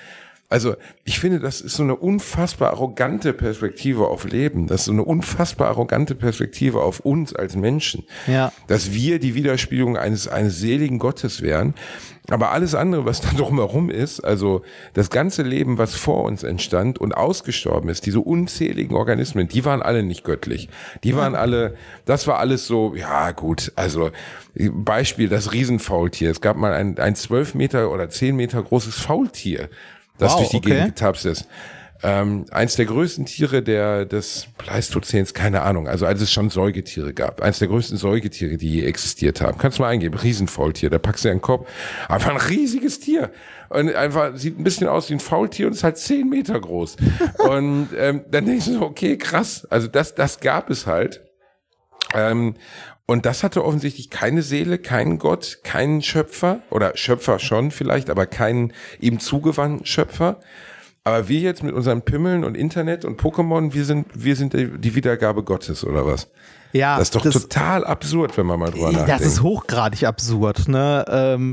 Also ich finde, das ist so eine unfassbar arrogante Perspektive auf Leben. Das ist so eine unfassbar arrogante Perspektive auf uns als Menschen. Ja. Dass wir die Widerspiegelung eines seligen Gottes wären. Aber alles andere, was da drumherum ist, also das ganze Leben, was vor uns entstand und ausgestorben ist, diese unzähligen Organismen, die waren alle nicht göttlich. Die waren alle, das war alles so, ja gut, also Beispiel, das Riesenfaultier. Es gab mal ein 12 Meter oder 10 Meter großes Faultier, das durch die Gegend getapst ist. Eins der größten Tiere des Pleistozäns, keine Ahnung, also als es schon Säugetiere gab, eins der größten Säugetiere, die je existiert haben. Kannst du mal eingeben, Riesenfaultier, da packst du in den Kopf, einfach ein riesiges Tier und einfach sieht ein bisschen aus wie ein Faultier und ist halt 10 Meter groß. Und dann denkst du so, okay, krass, also das gab es halt. Und das hatte offensichtlich keine Seele, keinen Gott, keinen Schöpfer, oder Schöpfer schon vielleicht, aber keinen ihm zugewandten Schöpfer. Aber wir jetzt mit unseren Pimmeln und Internet und Pokémon, wir sind die Wiedergabe Gottes, oder was? Ja. Das ist doch total absurd, wenn man mal drüber nachdenkt. Das ist hochgradig absurd, ne?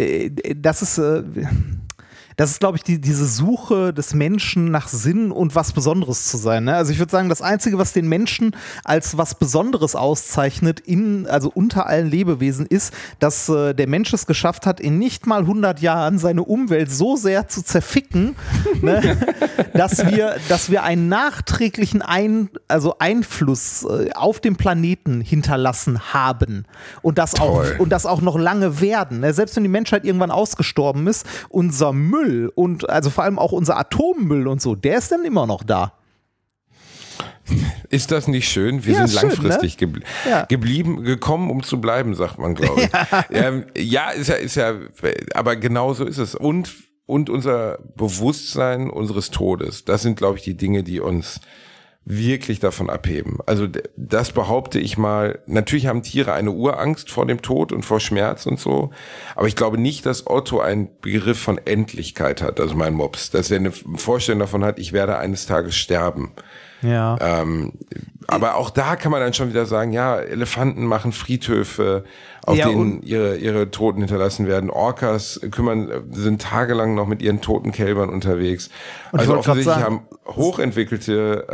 Das ist, glaube ich, diese Suche des Menschen nach Sinn und was Besonderes zu sein. Ne? Also ich würde sagen, das Einzige, was den Menschen als was Besonderes auszeichnet, also unter allen Lebewesen, ist, dass der Mensch es geschafft hat, in nicht mal 100 Jahren seine Umwelt so sehr zu zerficken, ne? dass wir einen nachträglichen Einfluss auf dem Planeten hinterlassen haben. Und das auch noch lange werden. Ne? Selbst wenn die Menschheit irgendwann ausgestorben ist, unser Müll und also vor allem auch unser Atommüll und so, der ist dann immer noch da. Ist das nicht schön? Wir sind schön, langfristig gekommen, um zu bleiben, sagt man, glaube ich. Ja, ist ja, aber genau so ist es. Und unser Bewusstsein unseres Todes, das sind, glaube ich, die Dinge, die uns wirklich davon abheben. Also das behaupte ich mal. Natürlich haben Tiere eine Urangst vor dem Tod und vor Schmerz und so. Aber ich glaube nicht, dass Otto einen Begriff von Endlichkeit hat, also mein Mops. Dass er eine Vorstellung davon hat, ich werde eines Tages sterben. Ja. Aber auch da kann man dann schon wieder sagen, ja, Elefanten machen Friedhöfe, auf denen ihre Toten hinterlassen werden. Orcas sind tagelang noch mit ihren toten Kälbern unterwegs. Und also offensichtlich haben hochentwickelte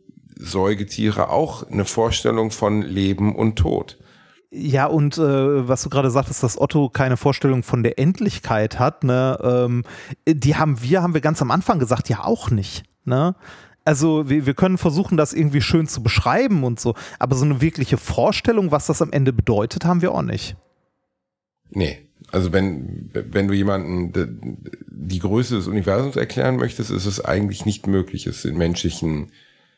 Säugetiere auch eine Vorstellung von Leben und Tod. Ja, und was du gerade sagtest, dass Otto keine Vorstellung von der Endlichkeit hat, ne, die haben wir ganz am Anfang gesagt, ja auch nicht, ne? Also wir können versuchen, das irgendwie schön zu beschreiben und so, aber so eine wirkliche Vorstellung, was das am Ende bedeutet, haben wir auch nicht. Nee, also wenn du jemanden die Größe des Universums erklären möchtest, ist es eigentlich nicht möglich, es in menschlichen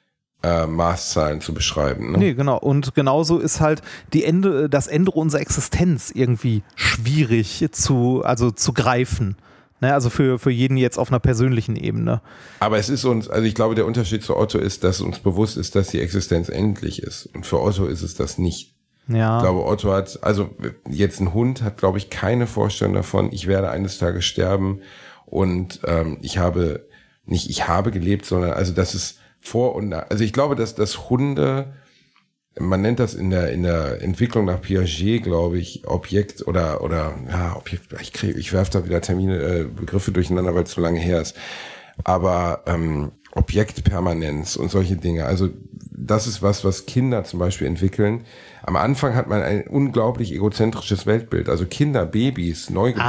Maßzahlen zu beschreiben. Ne? Nee, genau. Und genauso ist halt das Ende unserer Existenz irgendwie schwierig zu greifen. Ne, also für jeden jetzt auf einer persönlichen Ebene. Aber es ist uns, also ich glaube, der Unterschied zu Otto ist, dass uns bewusst ist, dass die Existenz endlich ist. Und für Otto ist es das nicht. Ja. Ich glaube, Otto hat, also jetzt ein Hund hat, glaube ich, keine Vorstellung davon, ich werde eines Tages sterben und ich habe gelebt, sondern also das ist vor und nach. Also ich glaube, dass Hunde, man nennt das in der Entwicklung nach Piaget, glaube ich, Objekt oder Objekt, ich werfe da wieder Begriffe durcheinander, weil es zu lange her ist. Aber Objektpermanenz und solche Dinge, also das ist was Kinder zum Beispiel entwickeln. Am Anfang hat man ein unglaublich egozentrisches Weltbild. Also Kinder, Babys,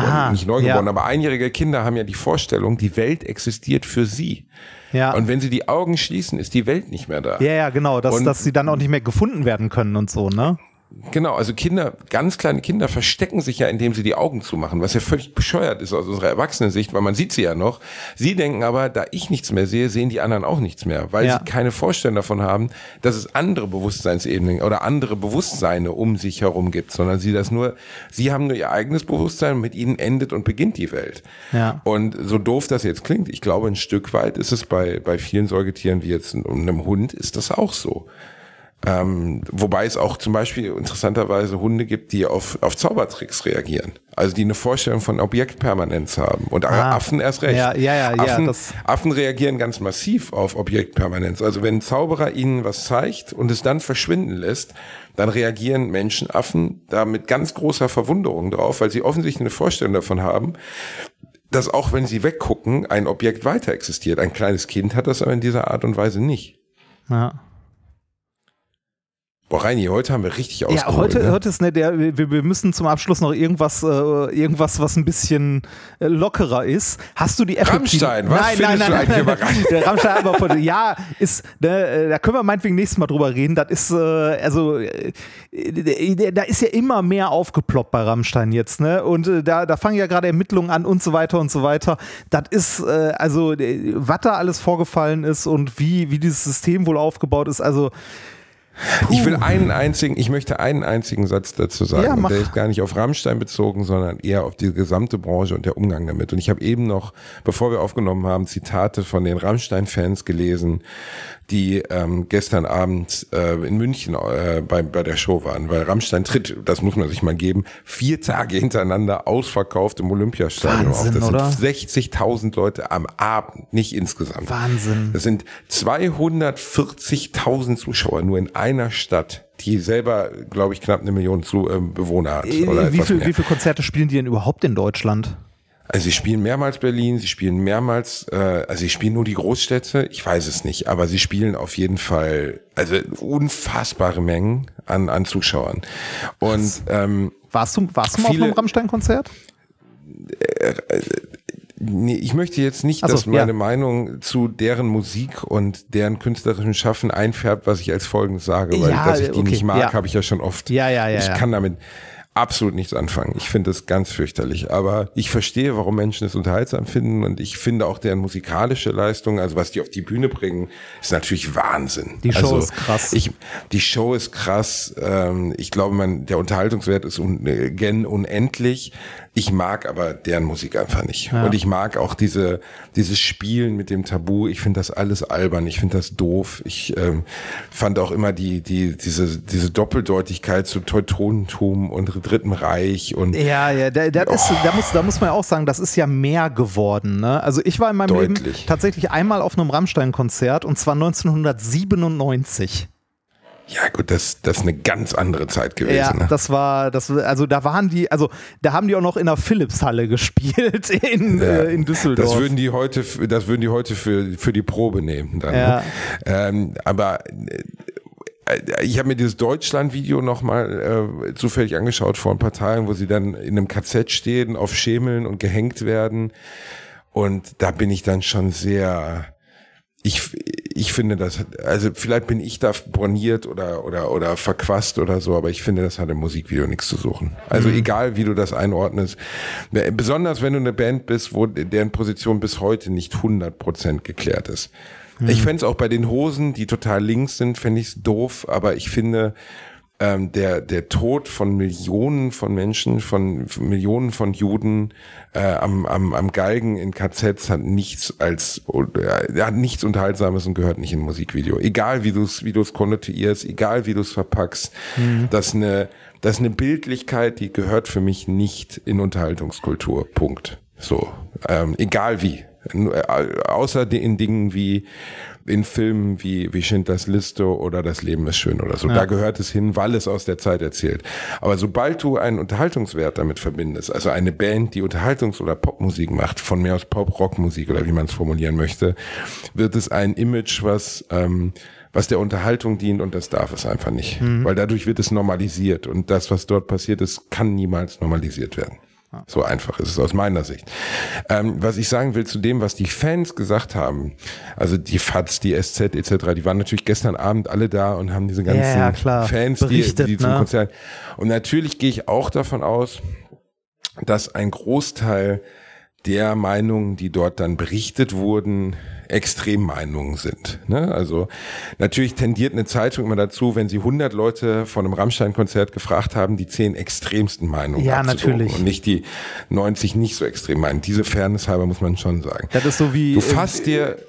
aber einjährige Kinder haben ja die Vorstellung, die Welt existiert für sie. Ja. Und wenn sie die Augen schließen, ist die Welt nicht mehr da. Ja, genau, dass sie dann auch nicht mehr gefunden werden können und so, ne? Genau, also ganz kleine Kinder verstecken sich ja, indem sie die Augen zumachen, was ja völlig bescheuert ist aus unserer Erwachsenensicht, weil man sieht sie ja noch. Sie denken aber, da ich nichts mehr sehe, sehen die anderen auch nichts mehr, weil sie keine Vorstellung davon haben, dass es andere Bewusstseinsebenen oder andere Bewusstseine um sich herum gibt, sondern sie haben nur ihr eigenes Bewusstsein und mit ihnen endet und beginnt die Welt. Ja. Und so doof das jetzt klingt, ich glaube, ein Stück weit ist es bei vielen Säugetieren wie jetzt einem Hund ist das auch so. Wobei es auch zum Beispiel interessanterweise Hunde gibt, die auf Zaubertricks reagieren. Also die eine Vorstellung von Objektpermanenz haben. Und Affen erst recht. Affen reagieren ganz massiv auf Objektpermanenz. Also wenn ein Zauberer ihnen was zeigt und es dann verschwinden lässt, dann reagieren Menschenaffen da mit ganz großer Verwunderung drauf, weil sie offensichtlich eine Vorstellung davon haben, dass auch wenn sie weggucken, ein Objekt weiter existiert. Ein kleines Kind hat das aber in dieser Art und Weise nicht. Ja. Boah, Reini, heute haben wir richtig ausgeholt. Ja, heute ist wir müssen zum Abschluss noch irgendwas, was ein bisschen lockerer ist. Hast du die Rammstein, was findest du eigentlich über Rammstein? Der Rammstein, aber ja, ist, da können wir meinetwegen nächstes Mal drüber reden. Das ist, da ist ja immer mehr aufgeploppt bei Rammstein jetzt, ne? Und da fangen ja gerade Ermittlungen an und so weiter und so weiter. Das ist, was da alles vorgefallen ist und wie dieses System wohl aufgebaut ist, also ich möchte einen einzigen Satz dazu sagen. Ja, und der ist gar nicht auf Rammstein bezogen, sondern eher auf die gesamte Branche und der Umgang damit. Und ich habe eben noch, bevor wir aufgenommen haben, Zitate von den Rammstein-Fans gelesen, die gestern Abend in München bei der Show waren, weil Rammstein tritt, das muss man sich mal geben, 4 Tage hintereinander ausverkauft im Olympiastadion auf. Das sind 60.000 Leute am Abend, nicht insgesamt. Wahnsinn. Das sind 240.000 Zuschauer nur in einer Stadt, die selber, glaube ich, knapp 1 Million Bewohner hat. Wie viele Konzerte spielen die denn überhaupt in Deutschland? Also sie spielen mehrmals Berlin, sie spielen mehrmals, sie spielen nur die Großstädte, ich weiß es nicht, aber sie spielen auf jeden Fall, also unfassbare Mengen an Zuschauern. Und warst du mal auf einem Rammstein-Konzert? Nee, ich möchte jetzt nicht, dass meine Meinung zu deren Musik und deren künstlerischen Schaffen einfärbt, was ich als Folgendes sage, weil dass ich die nicht mag, habe ich ja schon oft. Ich kann damit absolut nichts anfangen. Ich finde es ganz fürchterlich. Aber ich verstehe, warum Menschen es unterhaltsam finden und ich finde auch deren musikalische Leistung, also was die auf die Bühne bringen, ist natürlich Wahnsinn. Die Show ist krass. Die Show ist krass. Ich glaube, der Unterhaltungswert ist unendlich. Ich mag aber deren Musik einfach nicht. Ja. Und ich mag auch dieses Spielen mit dem Tabu. Ich finde das alles albern. Ich finde das doof. Ich fand auch immer diese Doppeldeutigkeit zu Teutonentum und Dritten Reich und da muss man ja auch sagen, das ist ja mehr geworden. Ne? Also ich war in meinem Leben tatsächlich einmal auf einem Rammstein-Konzert und zwar 1997. Ja gut, das ist eine ganz andere Zeit gewesen. Ja, ne? Da haben die auch noch in der Philips-Halle gespielt in Düsseldorf. Das würden die heute für die Probe nehmen dann. Ja. Aber ich habe mir dieses Deutschland-Video nochmal zufällig angeschaut vor ein paar Tagen, wo sie dann in einem KZ stehen, auf Schemeln und gehängt werden. Und da bin ich dann schon sehr... Ich finde das, also vielleicht bin ich da borniert oder verquast oder so, aber ich finde, das hat im Musikvideo nichts zu suchen. Also egal, wie du das einordnest. Besonders wenn du eine Band bist, wo deren Position bis heute nicht 100% geklärt ist. Ich fände es auch bei den Hosen, die total links sind, fände ich es doof, aber ich finde, der Tod von Millionen von Menschen, von Millionen von Juden am Galgen in KZs hat nichts Unterhaltsames und gehört nicht in ein Musikvideo. Egal wie du es konnotierst, egal wie du es verpackst, das ist eine Bildlichkeit, die gehört für mich nicht in Unterhaltungskultur. Punkt. So, egal wie. Außer in Dingen wie in Filmen wie Schindlers Liste oder Das Leben ist schön oder so. Ja. Da gehört es hin, weil es aus der Zeit erzählt. Aber sobald du einen Unterhaltungswert damit verbindest, also eine Band, die Unterhaltungs- oder Popmusik macht, von mir aus Pop-Rock-Musik oder wie man es formulieren möchte, wird es ein Image, was der Unterhaltung dient und das darf es einfach nicht. Weil dadurch wird es normalisiert und das, was dort passiert ist, kann niemals normalisiert werden. So einfach ist es aus meiner Sicht. Was ich sagen will zu dem, was die Fans gesagt haben, also die FAZ, die SZ etc., die waren natürlich gestern Abend alle da und haben diese ganzen Fans, die zum Konzert. Und natürlich gehe ich auch davon aus, dass ein Großteil der Meinungen, die dort dann berichtet wurden, Extremmeinungen sind. Ne? Also natürlich tendiert eine Zeitung immer dazu, wenn sie 100 Leute von einem Rammstein-Konzert gefragt haben, die 10 extremsten Meinungen abzudrucken natürlich. Und nicht die 90 nicht so extrem Meinungen. Diese Fairness halber muss man schon sagen. Das ist so wie du fasst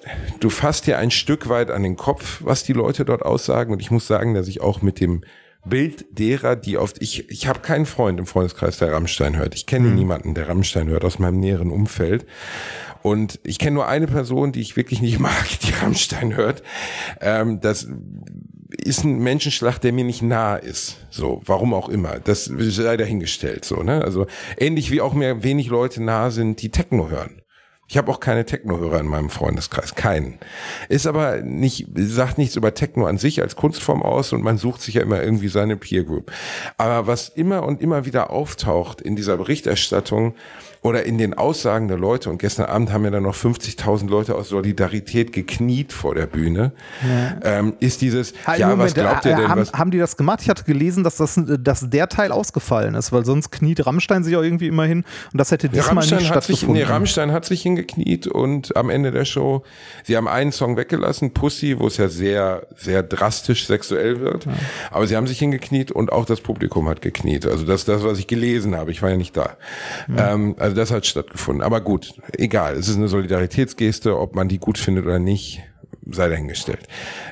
dir ein Stück weit an den Kopf, was die Leute dort aussagen. Und ich muss sagen, dass ich auch mit dem Bild derer, die ich habe keinen Freund im Freundeskreis, der Rammstein hört. Ich kenne niemanden, der Rammstein hört aus meinem näheren Umfeld. Und ich kenne nur eine Person, die ich wirklich nicht mag, die Rammstein hört. ist ein Menschenschlag, der mir nicht nahe ist. So, warum auch immer. Das sei dahingestellt, so, ne? Also, ähnlich wie auch mir wenig Leute nahe sind, die Techno hören. Ich habe auch keine Techno-Hörer in meinem Freundeskreis, keinen. Ist aber nicht, sagt nichts über Techno an sich als Kunstform aus und man sucht sich ja immer irgendwie seine Peer Group. Aber was immer und immer wieder auftaucht in dieser Berichterstattung oder in den Aussagen der Leute, und gestern Abend haben ja dann noch 50.000 Leute aus Solidarität gekniet vor der Bühne, ist dieses, Moment, was glaubt ihr denn? Haben die das gemacht? Ich hatte gelesen, dass der Teil ausgefallen ist, weil sonst kniet Rammstein sich auch irgendwie immer hin und das hätte diesmal nicht stattgefunden. Rammstein hat sich hingekniet und am Ende der Show, sie haben einen Song weggelassen, Pussy, wo es ja sehr, sehr drastisch sexuell wird, aber sie haben sich hingekniet und auch das Publikum hat gekniet. Also das, was ich gelesen habe, ich war ja nicht da. Also das hat stattgefunden. Aber gut, egal. Es ist eine Solidaritätsgeste, ob man die gut findet oder nicht, sei dahingestellt.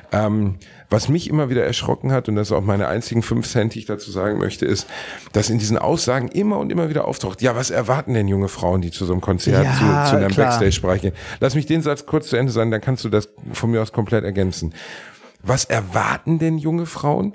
Was mich immer wieder erschrocken hat, und das ist auch meine einzigen 5 Cent, die ich dazu sagen möchte, ist, dass in diesen Aussagen immer und immer wieder auftaucht, ja, was erwarten denn junge Frauen, die zu so einem Konzert, zu einem Backstage-Bereich gehen? Lass mich den Satz kurz zu Ende sagen, dann kannst du das von mir aus komplett ergänzen. Was erwarten denn junge Frauen?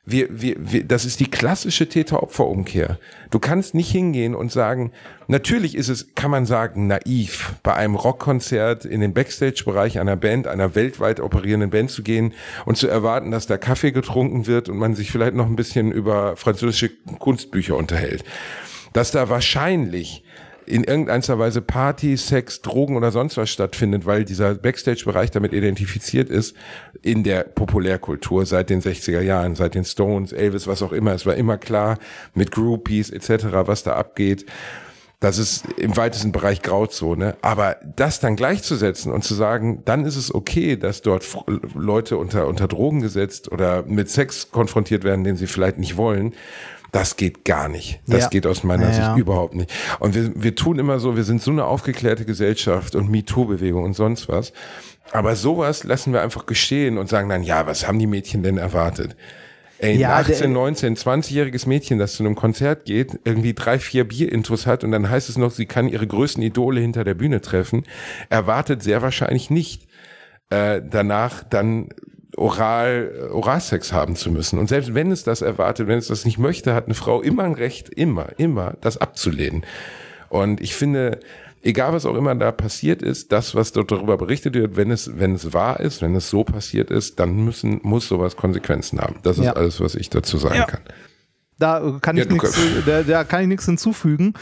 Das ist die klassische Täter-Opfer-Umkehr. Du kannst nicht hingehen und sagen, natürlich ist es, kann man sagen, naiv, bei einem Rockkonzert in den Backstage-Bereich einer Band, einer weltweit operierenden Band zu gehen und zu erwarten, dass da Kaffee getrunken wird und man sich vielleicht noch ein bisschen über französische Kunstbücher unterhält. Dass da wahrscheinlich in irgendeiner Weise Party, Sex, Drogen oder sonst was stattfindet, weil dieser Backstage-Bereich damit identifiziert ist in der Populärkultur seit den 60er Jahren, seit den Stones, Elvis, was auch immer. Es war immer klar mit Groupies etc., was da abgeht. Das ist im weitesten Bereich Grauzone. Aber das dann gleichzusetzen und zu sagen, dann ist es okay, dass dort Leute unter Drogen gesetzt oder mit Sex konfrontiert werden, den sie vielleicht nicht wollen, das geht gar nicht. Das geht aus meiner Sicht überhaupt nicht. Und wir tun immer so, wir sind so eine aufgeklärte Gesellschaft und MeToo-Bewegung und sonst was. Aber sowas lassen wir einfach geschehen und sagen dann, ja, was haben die Mädchen denn erwartet? Ey, ein 18, 19, 20-jähriges Mädchen, das zu einem Konzert geht, irgendwie 3, 4 Bierintos hat und dann heißt es noch, sie kann ihre größten Idole hinter der Bühne treffen, sehr wahrscheinlich nicht danach dann Oralsex haben zu müssen. Und selbst wenn es das erwartet, wenn es das nicht möchte, hat eine Frau immer ein Recht, immer das abzulehnen. Und ich finde, egal was auch immer da passiert ist, das, was dort darüber berichtet wird, wenn es wahr ist, wenn es so passiert ist, dann muss sowas Konsequenzen haben. Das ist alles, was ich dazu sagen kann. Da kann ich nichts hinzufügen.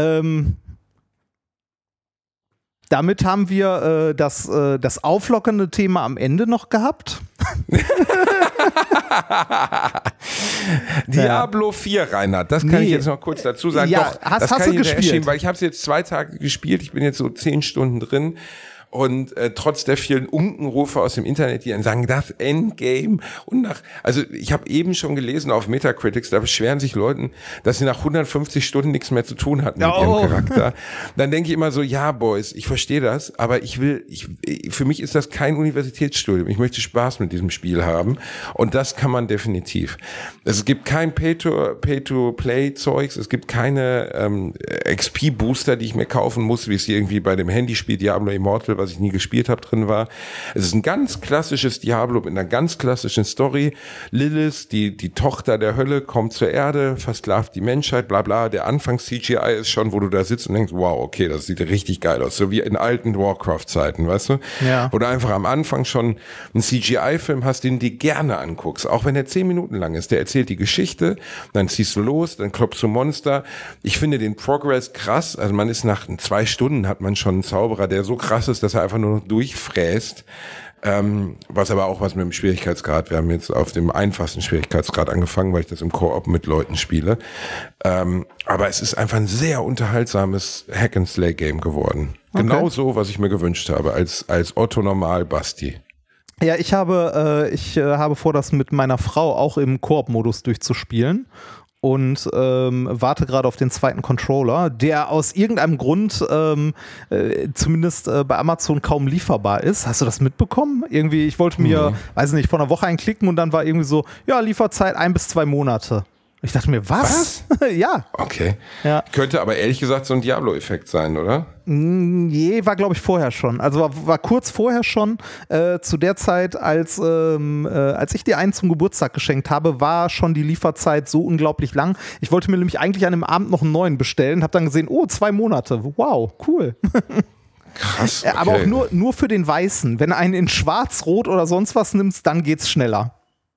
Damit haben wir das auflockernde Thema am Ende noch gehabt. Diablo 4, Reinhard, das kann ich jetzt noch kurz dazu sagen. Ja, doch, hast du gespielt? Weil ich habe es jetzt 2 Tage gespielt, ich bin jetzt so 10 Stunden drin. Und trotz der vielen Unkenrufe aus dem Internet, die dann sagen, das Endgame also ich habe eben schon gelesen auf Metacritics, da beschweren sich Leute, dass sie nach 150 Stunden nichts mehr zu tun hatten mit ihrem Charakter. Dann denke ich immer so, ja Boys, ich verstehe das, aber für mich ist das kein Universitätsstudium. Ich möchte Spaß mit diesem Spiel haben und das kann man definitiv. Es gibt kein Pay-to-Play-Zeugs, es gibt keine XP-Booster, die ich mir kaufen muss, wie es hier irgendwie bei dem Handyspiel Diablo Immortal, was ich nie gespielt habe, drin war. Es ist ein ganz klassisches Diablo mit einer ganz klassischen Story. Lilith, die Tochter der Hölle, kommt zur Erde, versklavt die Menschheit, bla bla. Der Anfangs-CGI ist schon, wo du da sitzt und denkst, wow, okay, das sieht richtig geil aus. So wie in alten Warcraft-Zeiten, weißt du? Ja. Wo du einfach am Anfang schon einen CGI-Film hast, den du dir gerne anguckst. Auch wenn der 10 Minuten lang ist. Der erzählt die Geschichte, dann ziehst du los, dann klopfst du Monster. Ich finde den Progress krass. Also man ist nach 2 Stunden hat man schon einen Zauberer, der so krass ist, dass er einfach nur noch durchfräst. Was aber auch was mit dem Schwierigkeitsgrad. Wir haben jetzt auf dem einfachsten Schwierigkeitsgrad angefangen, weil ich das im Koop mit Leuten spiele. Aber es ist einfach ein sehr unterhaltsames Hack-and-Slay-Game geworden. Okay. Genau so, was ich mir gewünscht habe, als Otto Normal-Basti. Ja, ich habe vor, das mit meiner Frau auch im Koop-Modus durchzuspielen. Und warte gerade auf den zweiten Controller, der aus irgendeinem Grund zumindest bei Amazon kaum lieferbar ist. Hast du das mitbekommen? Irgendwie, ich wollte mir, weiß nicht, vor einer Woche einklicken und dann war irgendwie so, ja, Lieferzeit 1 bis 2 Monate. Ich dachte mir, was? Ja. Okay. Ja. Könnte aber ehrlich gesagt so ein Diablo-Effekt sein, oder? Nee, war glaube ich vorher schon. Also war kurz vorher schon. Zu der Zeit, als ich dir einen zum Geburtstag geschenkt habe, war schon die Lieferzeit so unglaublich lang. Ich wollte mir nämlich eigentlich an dem Abend noch einen neuen bestellen, habe dann gesehen, 2 Monate. Wow, cool. Krass. Okay. Aber auch nur für den Weißen. Wenn du einen in Schwarz, Rot oder sonst was nimmst, dann geht's schneller.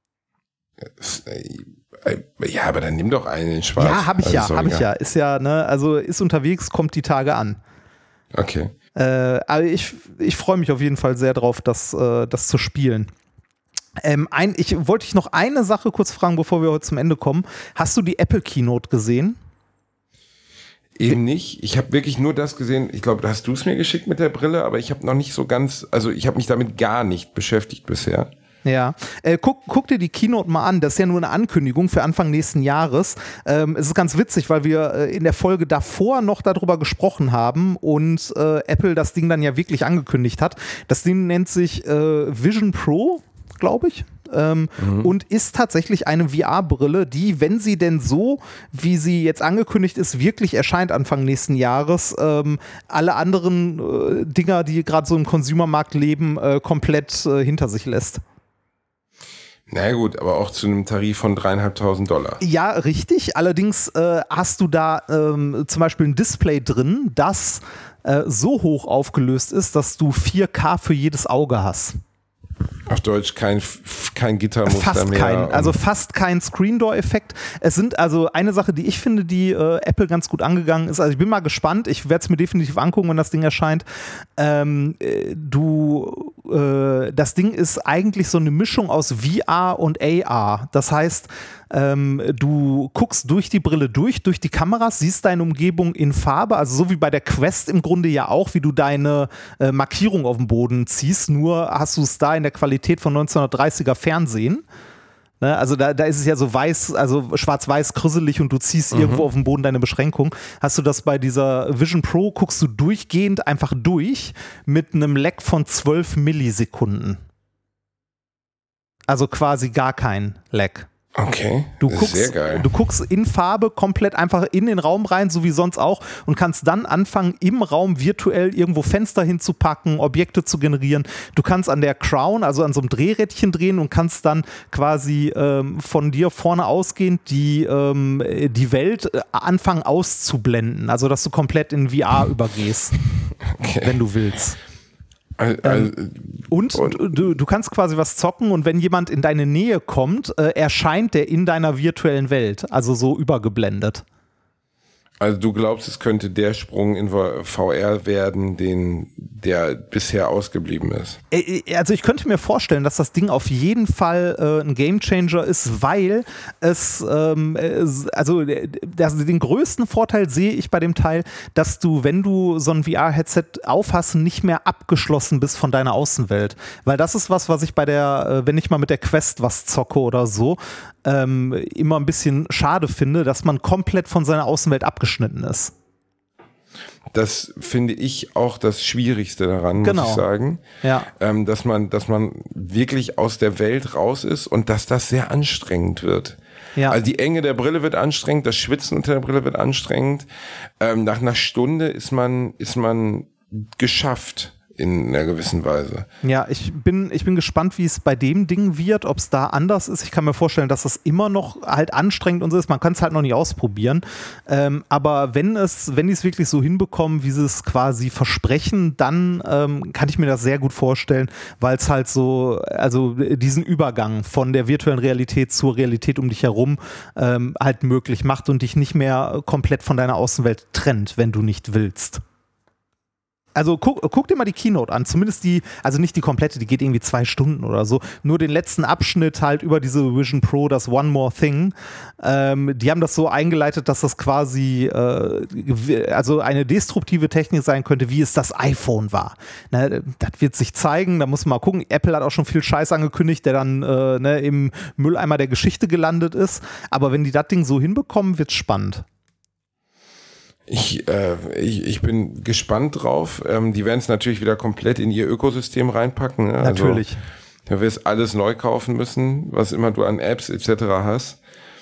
Ja, aber dann nimm doch einen in Schwarz. Ja, hab ich ja. Ist ja, ne, also ist unterwegs, kommt die Tage an. Okay. Aber ich freue mich auf jeden Fall sehr drauf, das zu spielen. Ich wollte dich noch eine Sache kurz fragen, bevor wir heute zum Ende kommen. Hast du die Apple Keynote gesehen? Eben nicht. Ich habe wirklich nur das gesehen. Ich glaube, hast du es mir geschickt mit der Brille, aber ich habe noch nicht so ganz, also ich habe mich damit gar nicht beschäftigt bisher. Ja, guck dir die Keynote mal an, das ist ja nur eine Ankündigung für Anfang nächsten Jahres. Es ist ganz witzig, weil wir in der Folge davor noch darüber gesprochen haben und Apple das Ding dann ja wirklich angekündigt hat. Das Ding nennt sich Vision Pro, glaube ich. Und ist tatsächlich eine VR-Brille, die, wenn sie denn so, wie sie jetzt angekündigt ist, wirklich erscheint Anfang nächsten Jahres, alle anderen Dinger, die gerade so im Consumermarkt leben, komplett hinter sich lässt. Na gut, aber auch zu einem Tarif von $3.500. Ja, richtig. Allerdings hast du da zum Beispiel ein Display drin, das so hoch aufgelöst ist, dass du 4K für jedes Auge hast. Auf Deutsch kein Gittermuster mehr. Fast kein Screen-Door-Effekt. Es sind also eine Sache, die ich finde, die Apple ganz gut angegangen ist. Also ich bin mal gespannt. Ich werde es mir definitiv angucken, wenn das Ding erscheint. Das Ding ist eigentlich so eine Mischung aus VR und AR. Das heißt, du guckst durch die Brille durch die Kameras, siehst deine Umgebung in Farbe, also so wie bei der Quest im Grunde ja auch, wie du deine Markierung auf dem Boden ziehst, nur hast du es da in der Qualität von 1930er Fernsehen. Ne? Also da ist es ja so weiß, also schwarz-weiß krüsselig und du ziehst irgendwo auf dem Boden deine Beschränkung. Hast du das bei dieser Vision Pro, guckst du durchgehend einfach durch mit einem Lag von 12 Millisekunden. Also quasi gar kein Lag. Okay, sehr geil. Du guckst in Farbe komplett einfach in den Raum rein, so wie sonst auch, und kannst dann anfangen, im Raum virtuell irgendwo Fenster hinzupacken, Objekte zu generieren. Du kannst an der Crown, also an so einem Drehrädchen drehen und kannst dann quasi von dir vorne ausgehend die Welt anfangen auszublenden. Also, dass du komplett in VR übergehst, wenn du willst. Und du kannst quasi was zocken und wenn jemand in deine Nähe kommt, erscheint der in deiner virtuellen Welt, also so übergeblendet. Also du glaubst, es könnte der Sprung in VR werden, der bisher ausgeblieben ist? Also ich könnte mir vorstellen, dass das Ding auf jeden Fall ein Gamechanger ist, weil den größten Vorteil sehe ich bei dem Teil, dass du, wenn du so ein VR-Headset aufhast, nicht mehr abgeschlossen bist von deiner Außenwelt. Weil das ist was ich wenn ich mal mit der Quest was zocke oder so, immer ein bisschen schade finde, dass man komplett von seiner Außenwelt abgeschnitten ist. Das finde ich auch das Schwierigste daran, muss ich sagen. Ja. Dass man wirklich aus der Welt raus ist und dass das sehr anstrengend wird. Ja. Also die Enge der Brille wird anstrengend, das Schwitzen unter der Brille wird anstrengend. Nach einer Stunde ist man geschafft. In einer gewissen Weise. Ja, ich bin gespannt, wie es bei dem Ding wird, ob es da anders ist. Ich kann mir vorstellen, dass das immer noch halt anstrengend und so ist. Man kann es halt noch nicht ausprobieren. Aber wenn die es wirklich so hinbekommen, wie sie es quasi versprechen, dann kann ich mir das sehr gut vorstellen, weil es halt so, also diesen Übergang von der virtuellen Realität zur Realität um dich herum halt möglich macht und dich nicht mehr komplett von deiner Außenwelt trennt, wenn du nicht willst. Also guck dir mal die Keynote an, zumindest also nicht die komplette, die geht irgendwie 2 Stunden oder so, nur den letzten Abschnitt halt über diese Vision Pro, das One More Thing, die haben das so eingeleitet, dass das quasi also eine destruktive Technik sein könnte, wie es das iPhone war. Ne, das wird sich zeigen, da muss man mal gucken, Apple hat auch schon viel Scheiß angekündigt, der dann im Mülleimer der Geschichte gelandet ist, aber wenn die das Ding so hinbekommen, wird's spannend. Ich bin gespannt drauf. Die werden es natürlich wieder komplett in ihr Ökosystem reinpacken. Ne? Natürlich. Also, du wirst alles neu kaufen müssen, was immer du an Apps etc. hast.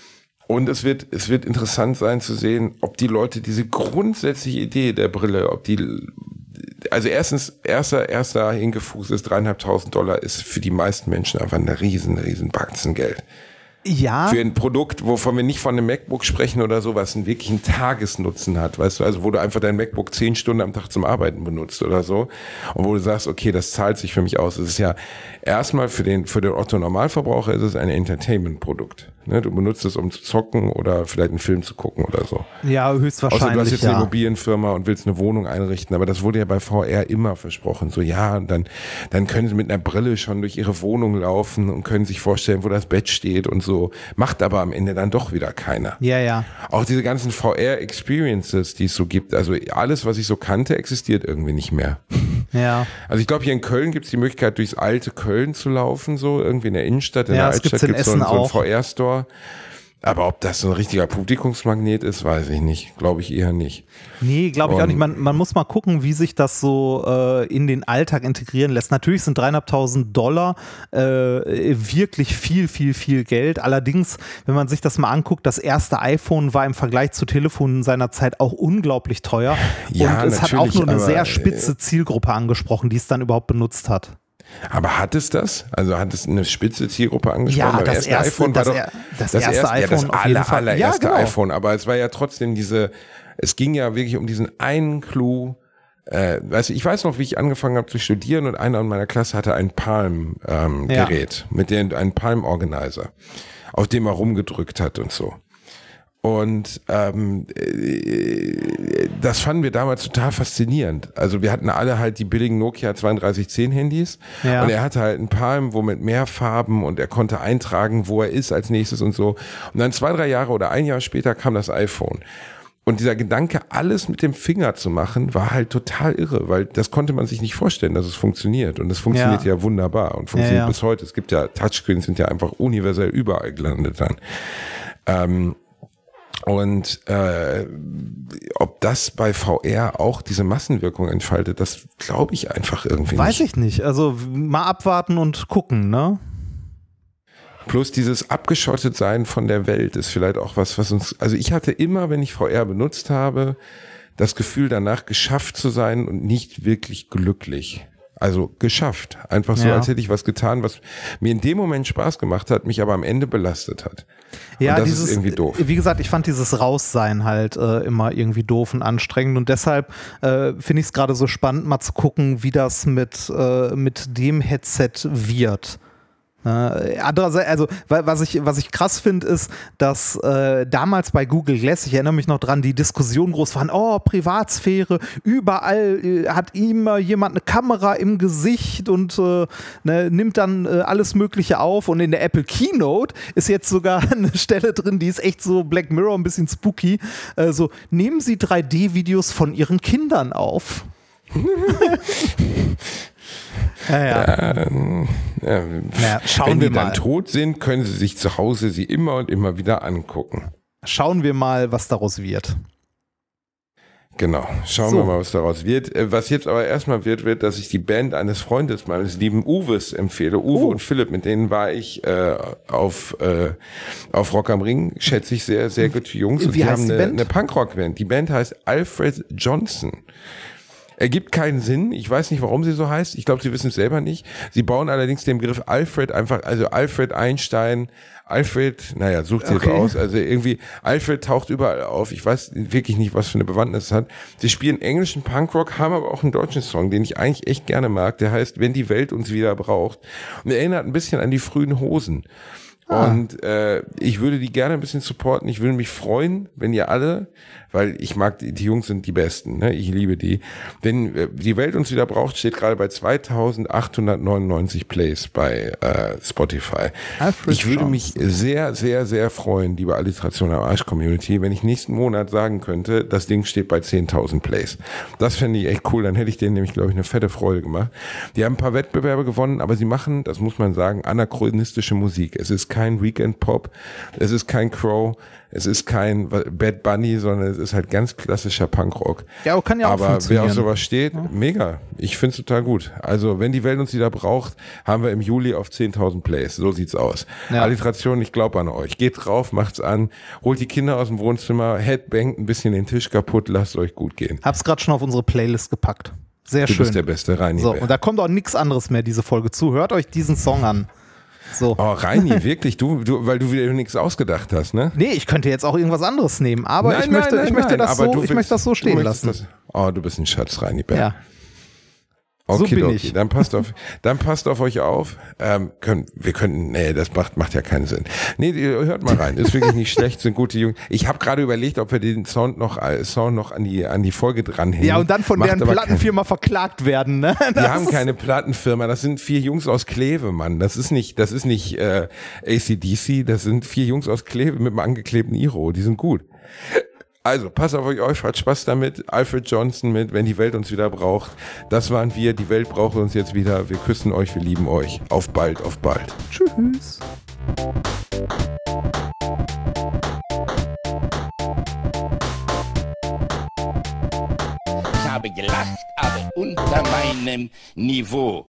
Und es wird interessant sein zu sehen, ob die Leute diese grundsätzliche Idee der Brille, also erster Hinkefuß ist $3.500 ist für die meisten Menschen einfach ein riesen Batzen Geld. Ja. Für ein Produkt, wovon wir nicht von einem MacBook sprechen oder so, was einen wirklichen Tagesnutzen hat, weißt du, also wo du einfach dein MacBook 10 Stunden am Tag zum Arbeiten benutzt oder so und wo du sagst, okay, das zahlt sich für mich aus. Es ist ja erstmal für den Otto-Normalverbraucher ist es ein Entertainment-Produkt. Ne? Du benutzt es, um zu zocken oder vielleicht einen Film zu gucken oder so. Ja, höchstwahrscheinlich. Außer du hast jetzt eine Immobilienfirma und willst eine Wohnung einrichten, aber das wurde ja bei VR immer versprochen. So, ja, und dann können sie mit einer Brille schon durch ihre Wohnung laufen und können sich vorstellen, wo das Bett steht und so. Macht aber am Ende dann doch wieder keiner. Ja. Auch diese ganzen VR-Experiences, die es so gibt, also alles, was ich so kannte, existiert irgendwie nicht mehr. Ja. Also ich glaube, hier in Köln gibt es die Möglichkeit, durchs alte Köln zu laufen, so irgendwie in der Innenstadt. In der Altstadt gibt es so einen VR-Store. Aber ob das so ein richtiger Publikumsmagnet ist, weiß ich nicht. Glaube ich eher nicht. Nee, glaube ich auch nicht. Man muss mal gucken, wie sich das so in den Alltag integrieren lässt. Natürlich sind $3.500 wirklich viel Geld. Allerdings, wenn man sich das mal anguckt, das erste iPhone war im Vergleich zu Telefonen seiner Zeit auch unglaublich teuer. Ja, und es hat auch nur eine sehr spitze Zielgruppe angesprochen, die es dann überhaupt benutzt hat. Aber hat es das? Also hat es eine spitze Zielgruppe angesprochen? Ja, das erste iPhone war doch das allererste iPhone. Aber es war ja trotzdem es ging ja wirklich um diesen einen Clou. Ich weiß noch, wie ich angefangen habe zu studieren und einer in meiner Klasse hatte ein Palm-Gerät, einen Palm-Organizer, auf dem er rumgedrückt hat und so. Und das fanden wir damals total faszinierend. Also wir hatten alle halt die billigen Nokia 3210 Handys und er hatte halt ein Palm, wo mit mehr Farben und er konnte eintragen, wo er ist als nächstes und so. Und dann 2-3 Jahre oder ein Jahr später kam das iPhone. Und dieser Gedanke, alles mit dem Finger zu machen, war halt total irre, weil das konnte man sich nicht vorstellen, dass es funktioniert. Und es funktioniert ja wunderbar und funktioniert bis heute. Es gibt ja, Touchscreens sind ja einfach universell überall gelandet dann. Ob das bei VR auch diese Massenwirkung entfaltet, das glaube ich einfach irgendwie nicht. Weiß ich nicht. Also mal abwarten und gucken, ne? Plus dieses Abgeschottetsein von der Welt ist vielleicht auch was uns, also ich hatte immer, wenn ich VR benutzt habe, das Gefühl danach geschafft zu sein und nicht wirklich glücklich. Also geschafft. Einfach so, als hätte ich was getan, was mir in dem Moment Spaß gemacht hat, mich aber am Ende belastet hat. Ja, und das ist irgendwie doof. Wie gesagt, ich fand dieses Raussein halt immer irgendwie doof und anstrengend und deshalb finde ich es gerade so spannend, mal zu gucken, wie das mit dem Headset wird. Andererseits, also was ich krass finde, ist, dass damals bei Google Glass, ich erinnere mich noch dran, die Diskussion groß waren, Privatsphäre, überall hat immer jemand eine Kamera im Gesicht und nimmt dann alles Mögliche auf und in der Apple Keynote ist jetzt sogar eine Stelle drin, die ist echt so Black Mirror, ein bisschen spooky, so, nehmen Sie 3D-Videos von Ihren Kindern auf. Schauen wenn wir die dann tot sind, können Sie sich zu Hause sie immer und immer wieder angucken. Schauen wir mal, was daraus wird. Genau, schauen wir mal, was daraus wird. Was jetzt aber erstmal wird, dass ich die Band eines Freundes meines lieben Uwes empfehle. Uwe und Philipp, mit denen war ich auf Rock am Ring, schätze ich sehr, sehr gute Jungs. Und Wie die heißt haben die Band? eine Punkrock-Band. Die Band heißt Alfred Johnson. Ergibt keinen Sinn. Ich weiß nicht, warum sie so heißt. Ich glaube, sie wissen es selber nicht. Sie bauen allerdings den Begriff Alfred einfach, also Alfred Einstein, Alfred, sucht sie jetzt aus. Also irgendwie, Alfred taucht überall auf. Ich weiß wirklich nicht, was für eine Bewandtnis es hat. Sie spielen englischen Punkrock, haben aber auch einen deutschen Song, den ich eigentlich echt gerne mag. Der heißt, wenn die Welt uns wieder braucht. Und erinnert ein bisschen an die frühen Hosen. Und ich würde die gerne ein bisschen supporten. Ich würde mich freuen, wenn ihr alle, weil ich mag, die Jungs sind die Besten, ne? Ich liebe die. Wenn die Welt uns wieder braucht, steht gerade bei 2899 Plays bei Spotify. Ich würde mich sehr, sehr, sehr freuen, liebe Alliteration am Arsch-Community, wenn ich nächsten Monat sagen könnte, das Ding steht bei 10.000 Plays. Das fände ich echt cool. Dann hätte ich denen nämlich, glaube ich, eine fette Freude gemacht. Die haben ein paar Wettbewerbe gewonnen, aber sie machen, das muss man sagen, anachronistische Musik. Es ist kein Weekend-Pop, es ist kein Crow, es ist kein Bad Bunny, sondern es ist halt ganz klassischer Punkrock. Ja, aber kann ja auch funktionieren. Wer auf sowas steht, mega. Ich find's total gut. Also, wenn die Welt uns wieder braucht, haben wir im Juli auf 10.000 Plays. So sieht's aus. Ja. Alliteration, ich glaube an euch. Geht drauf, macht's an, holt die Kinder aus dem Wohnzimmer, headbangt ein bisschen den Tisch kaputt, lasst euch gut gehen. Hab's gerade schon auf unsere Playlist gepackt. Sehr schön. Du bist der beste Reini. So, und da kommt auch nichts anderes mehr, diese Folge zu. Hört euch diesen Song an. So. Oh, Reini, wirklich? Du, weil du wieder nichts ausgedacht hast, ne? Nee, ich könnte jetzt auch irgendwas anderes nehmen, aber ich möchte das so stehen lassen. Du bist ein Schatz, Reini Bär. Ja. Okay, so bin ich. Dann passt auf euch auf. Das macht ja keinen Sinn. Nee, hört mal rein. Ist wirklich nicht schlecht, sind gute Jungs. Ich habe gerade überlegt, ob wir den Song noch an die Folge dranhängen. Ja, und dann von deren Plattenfirma verklagt werden, ne? Die haben keine Plattenfirma, das sind 4 Jungs aus Kleve, Mann. Das ist nicht AC/DC, das sind 4 Jungs aus Kleve mit einem angeklebten Iro. Die sind gut. Also, passt auf euch auf, hat Spaß damit. Alfred Johnson mit Wenn die Welt uns wieder braucht. Das waren wir, die Welt braucht uns jetzt wieder. Wir küssen euch, wir lieben euch. Auf bald, auf bald. Tschüss. Ich habe gelacht, aber unter meinem Niveau.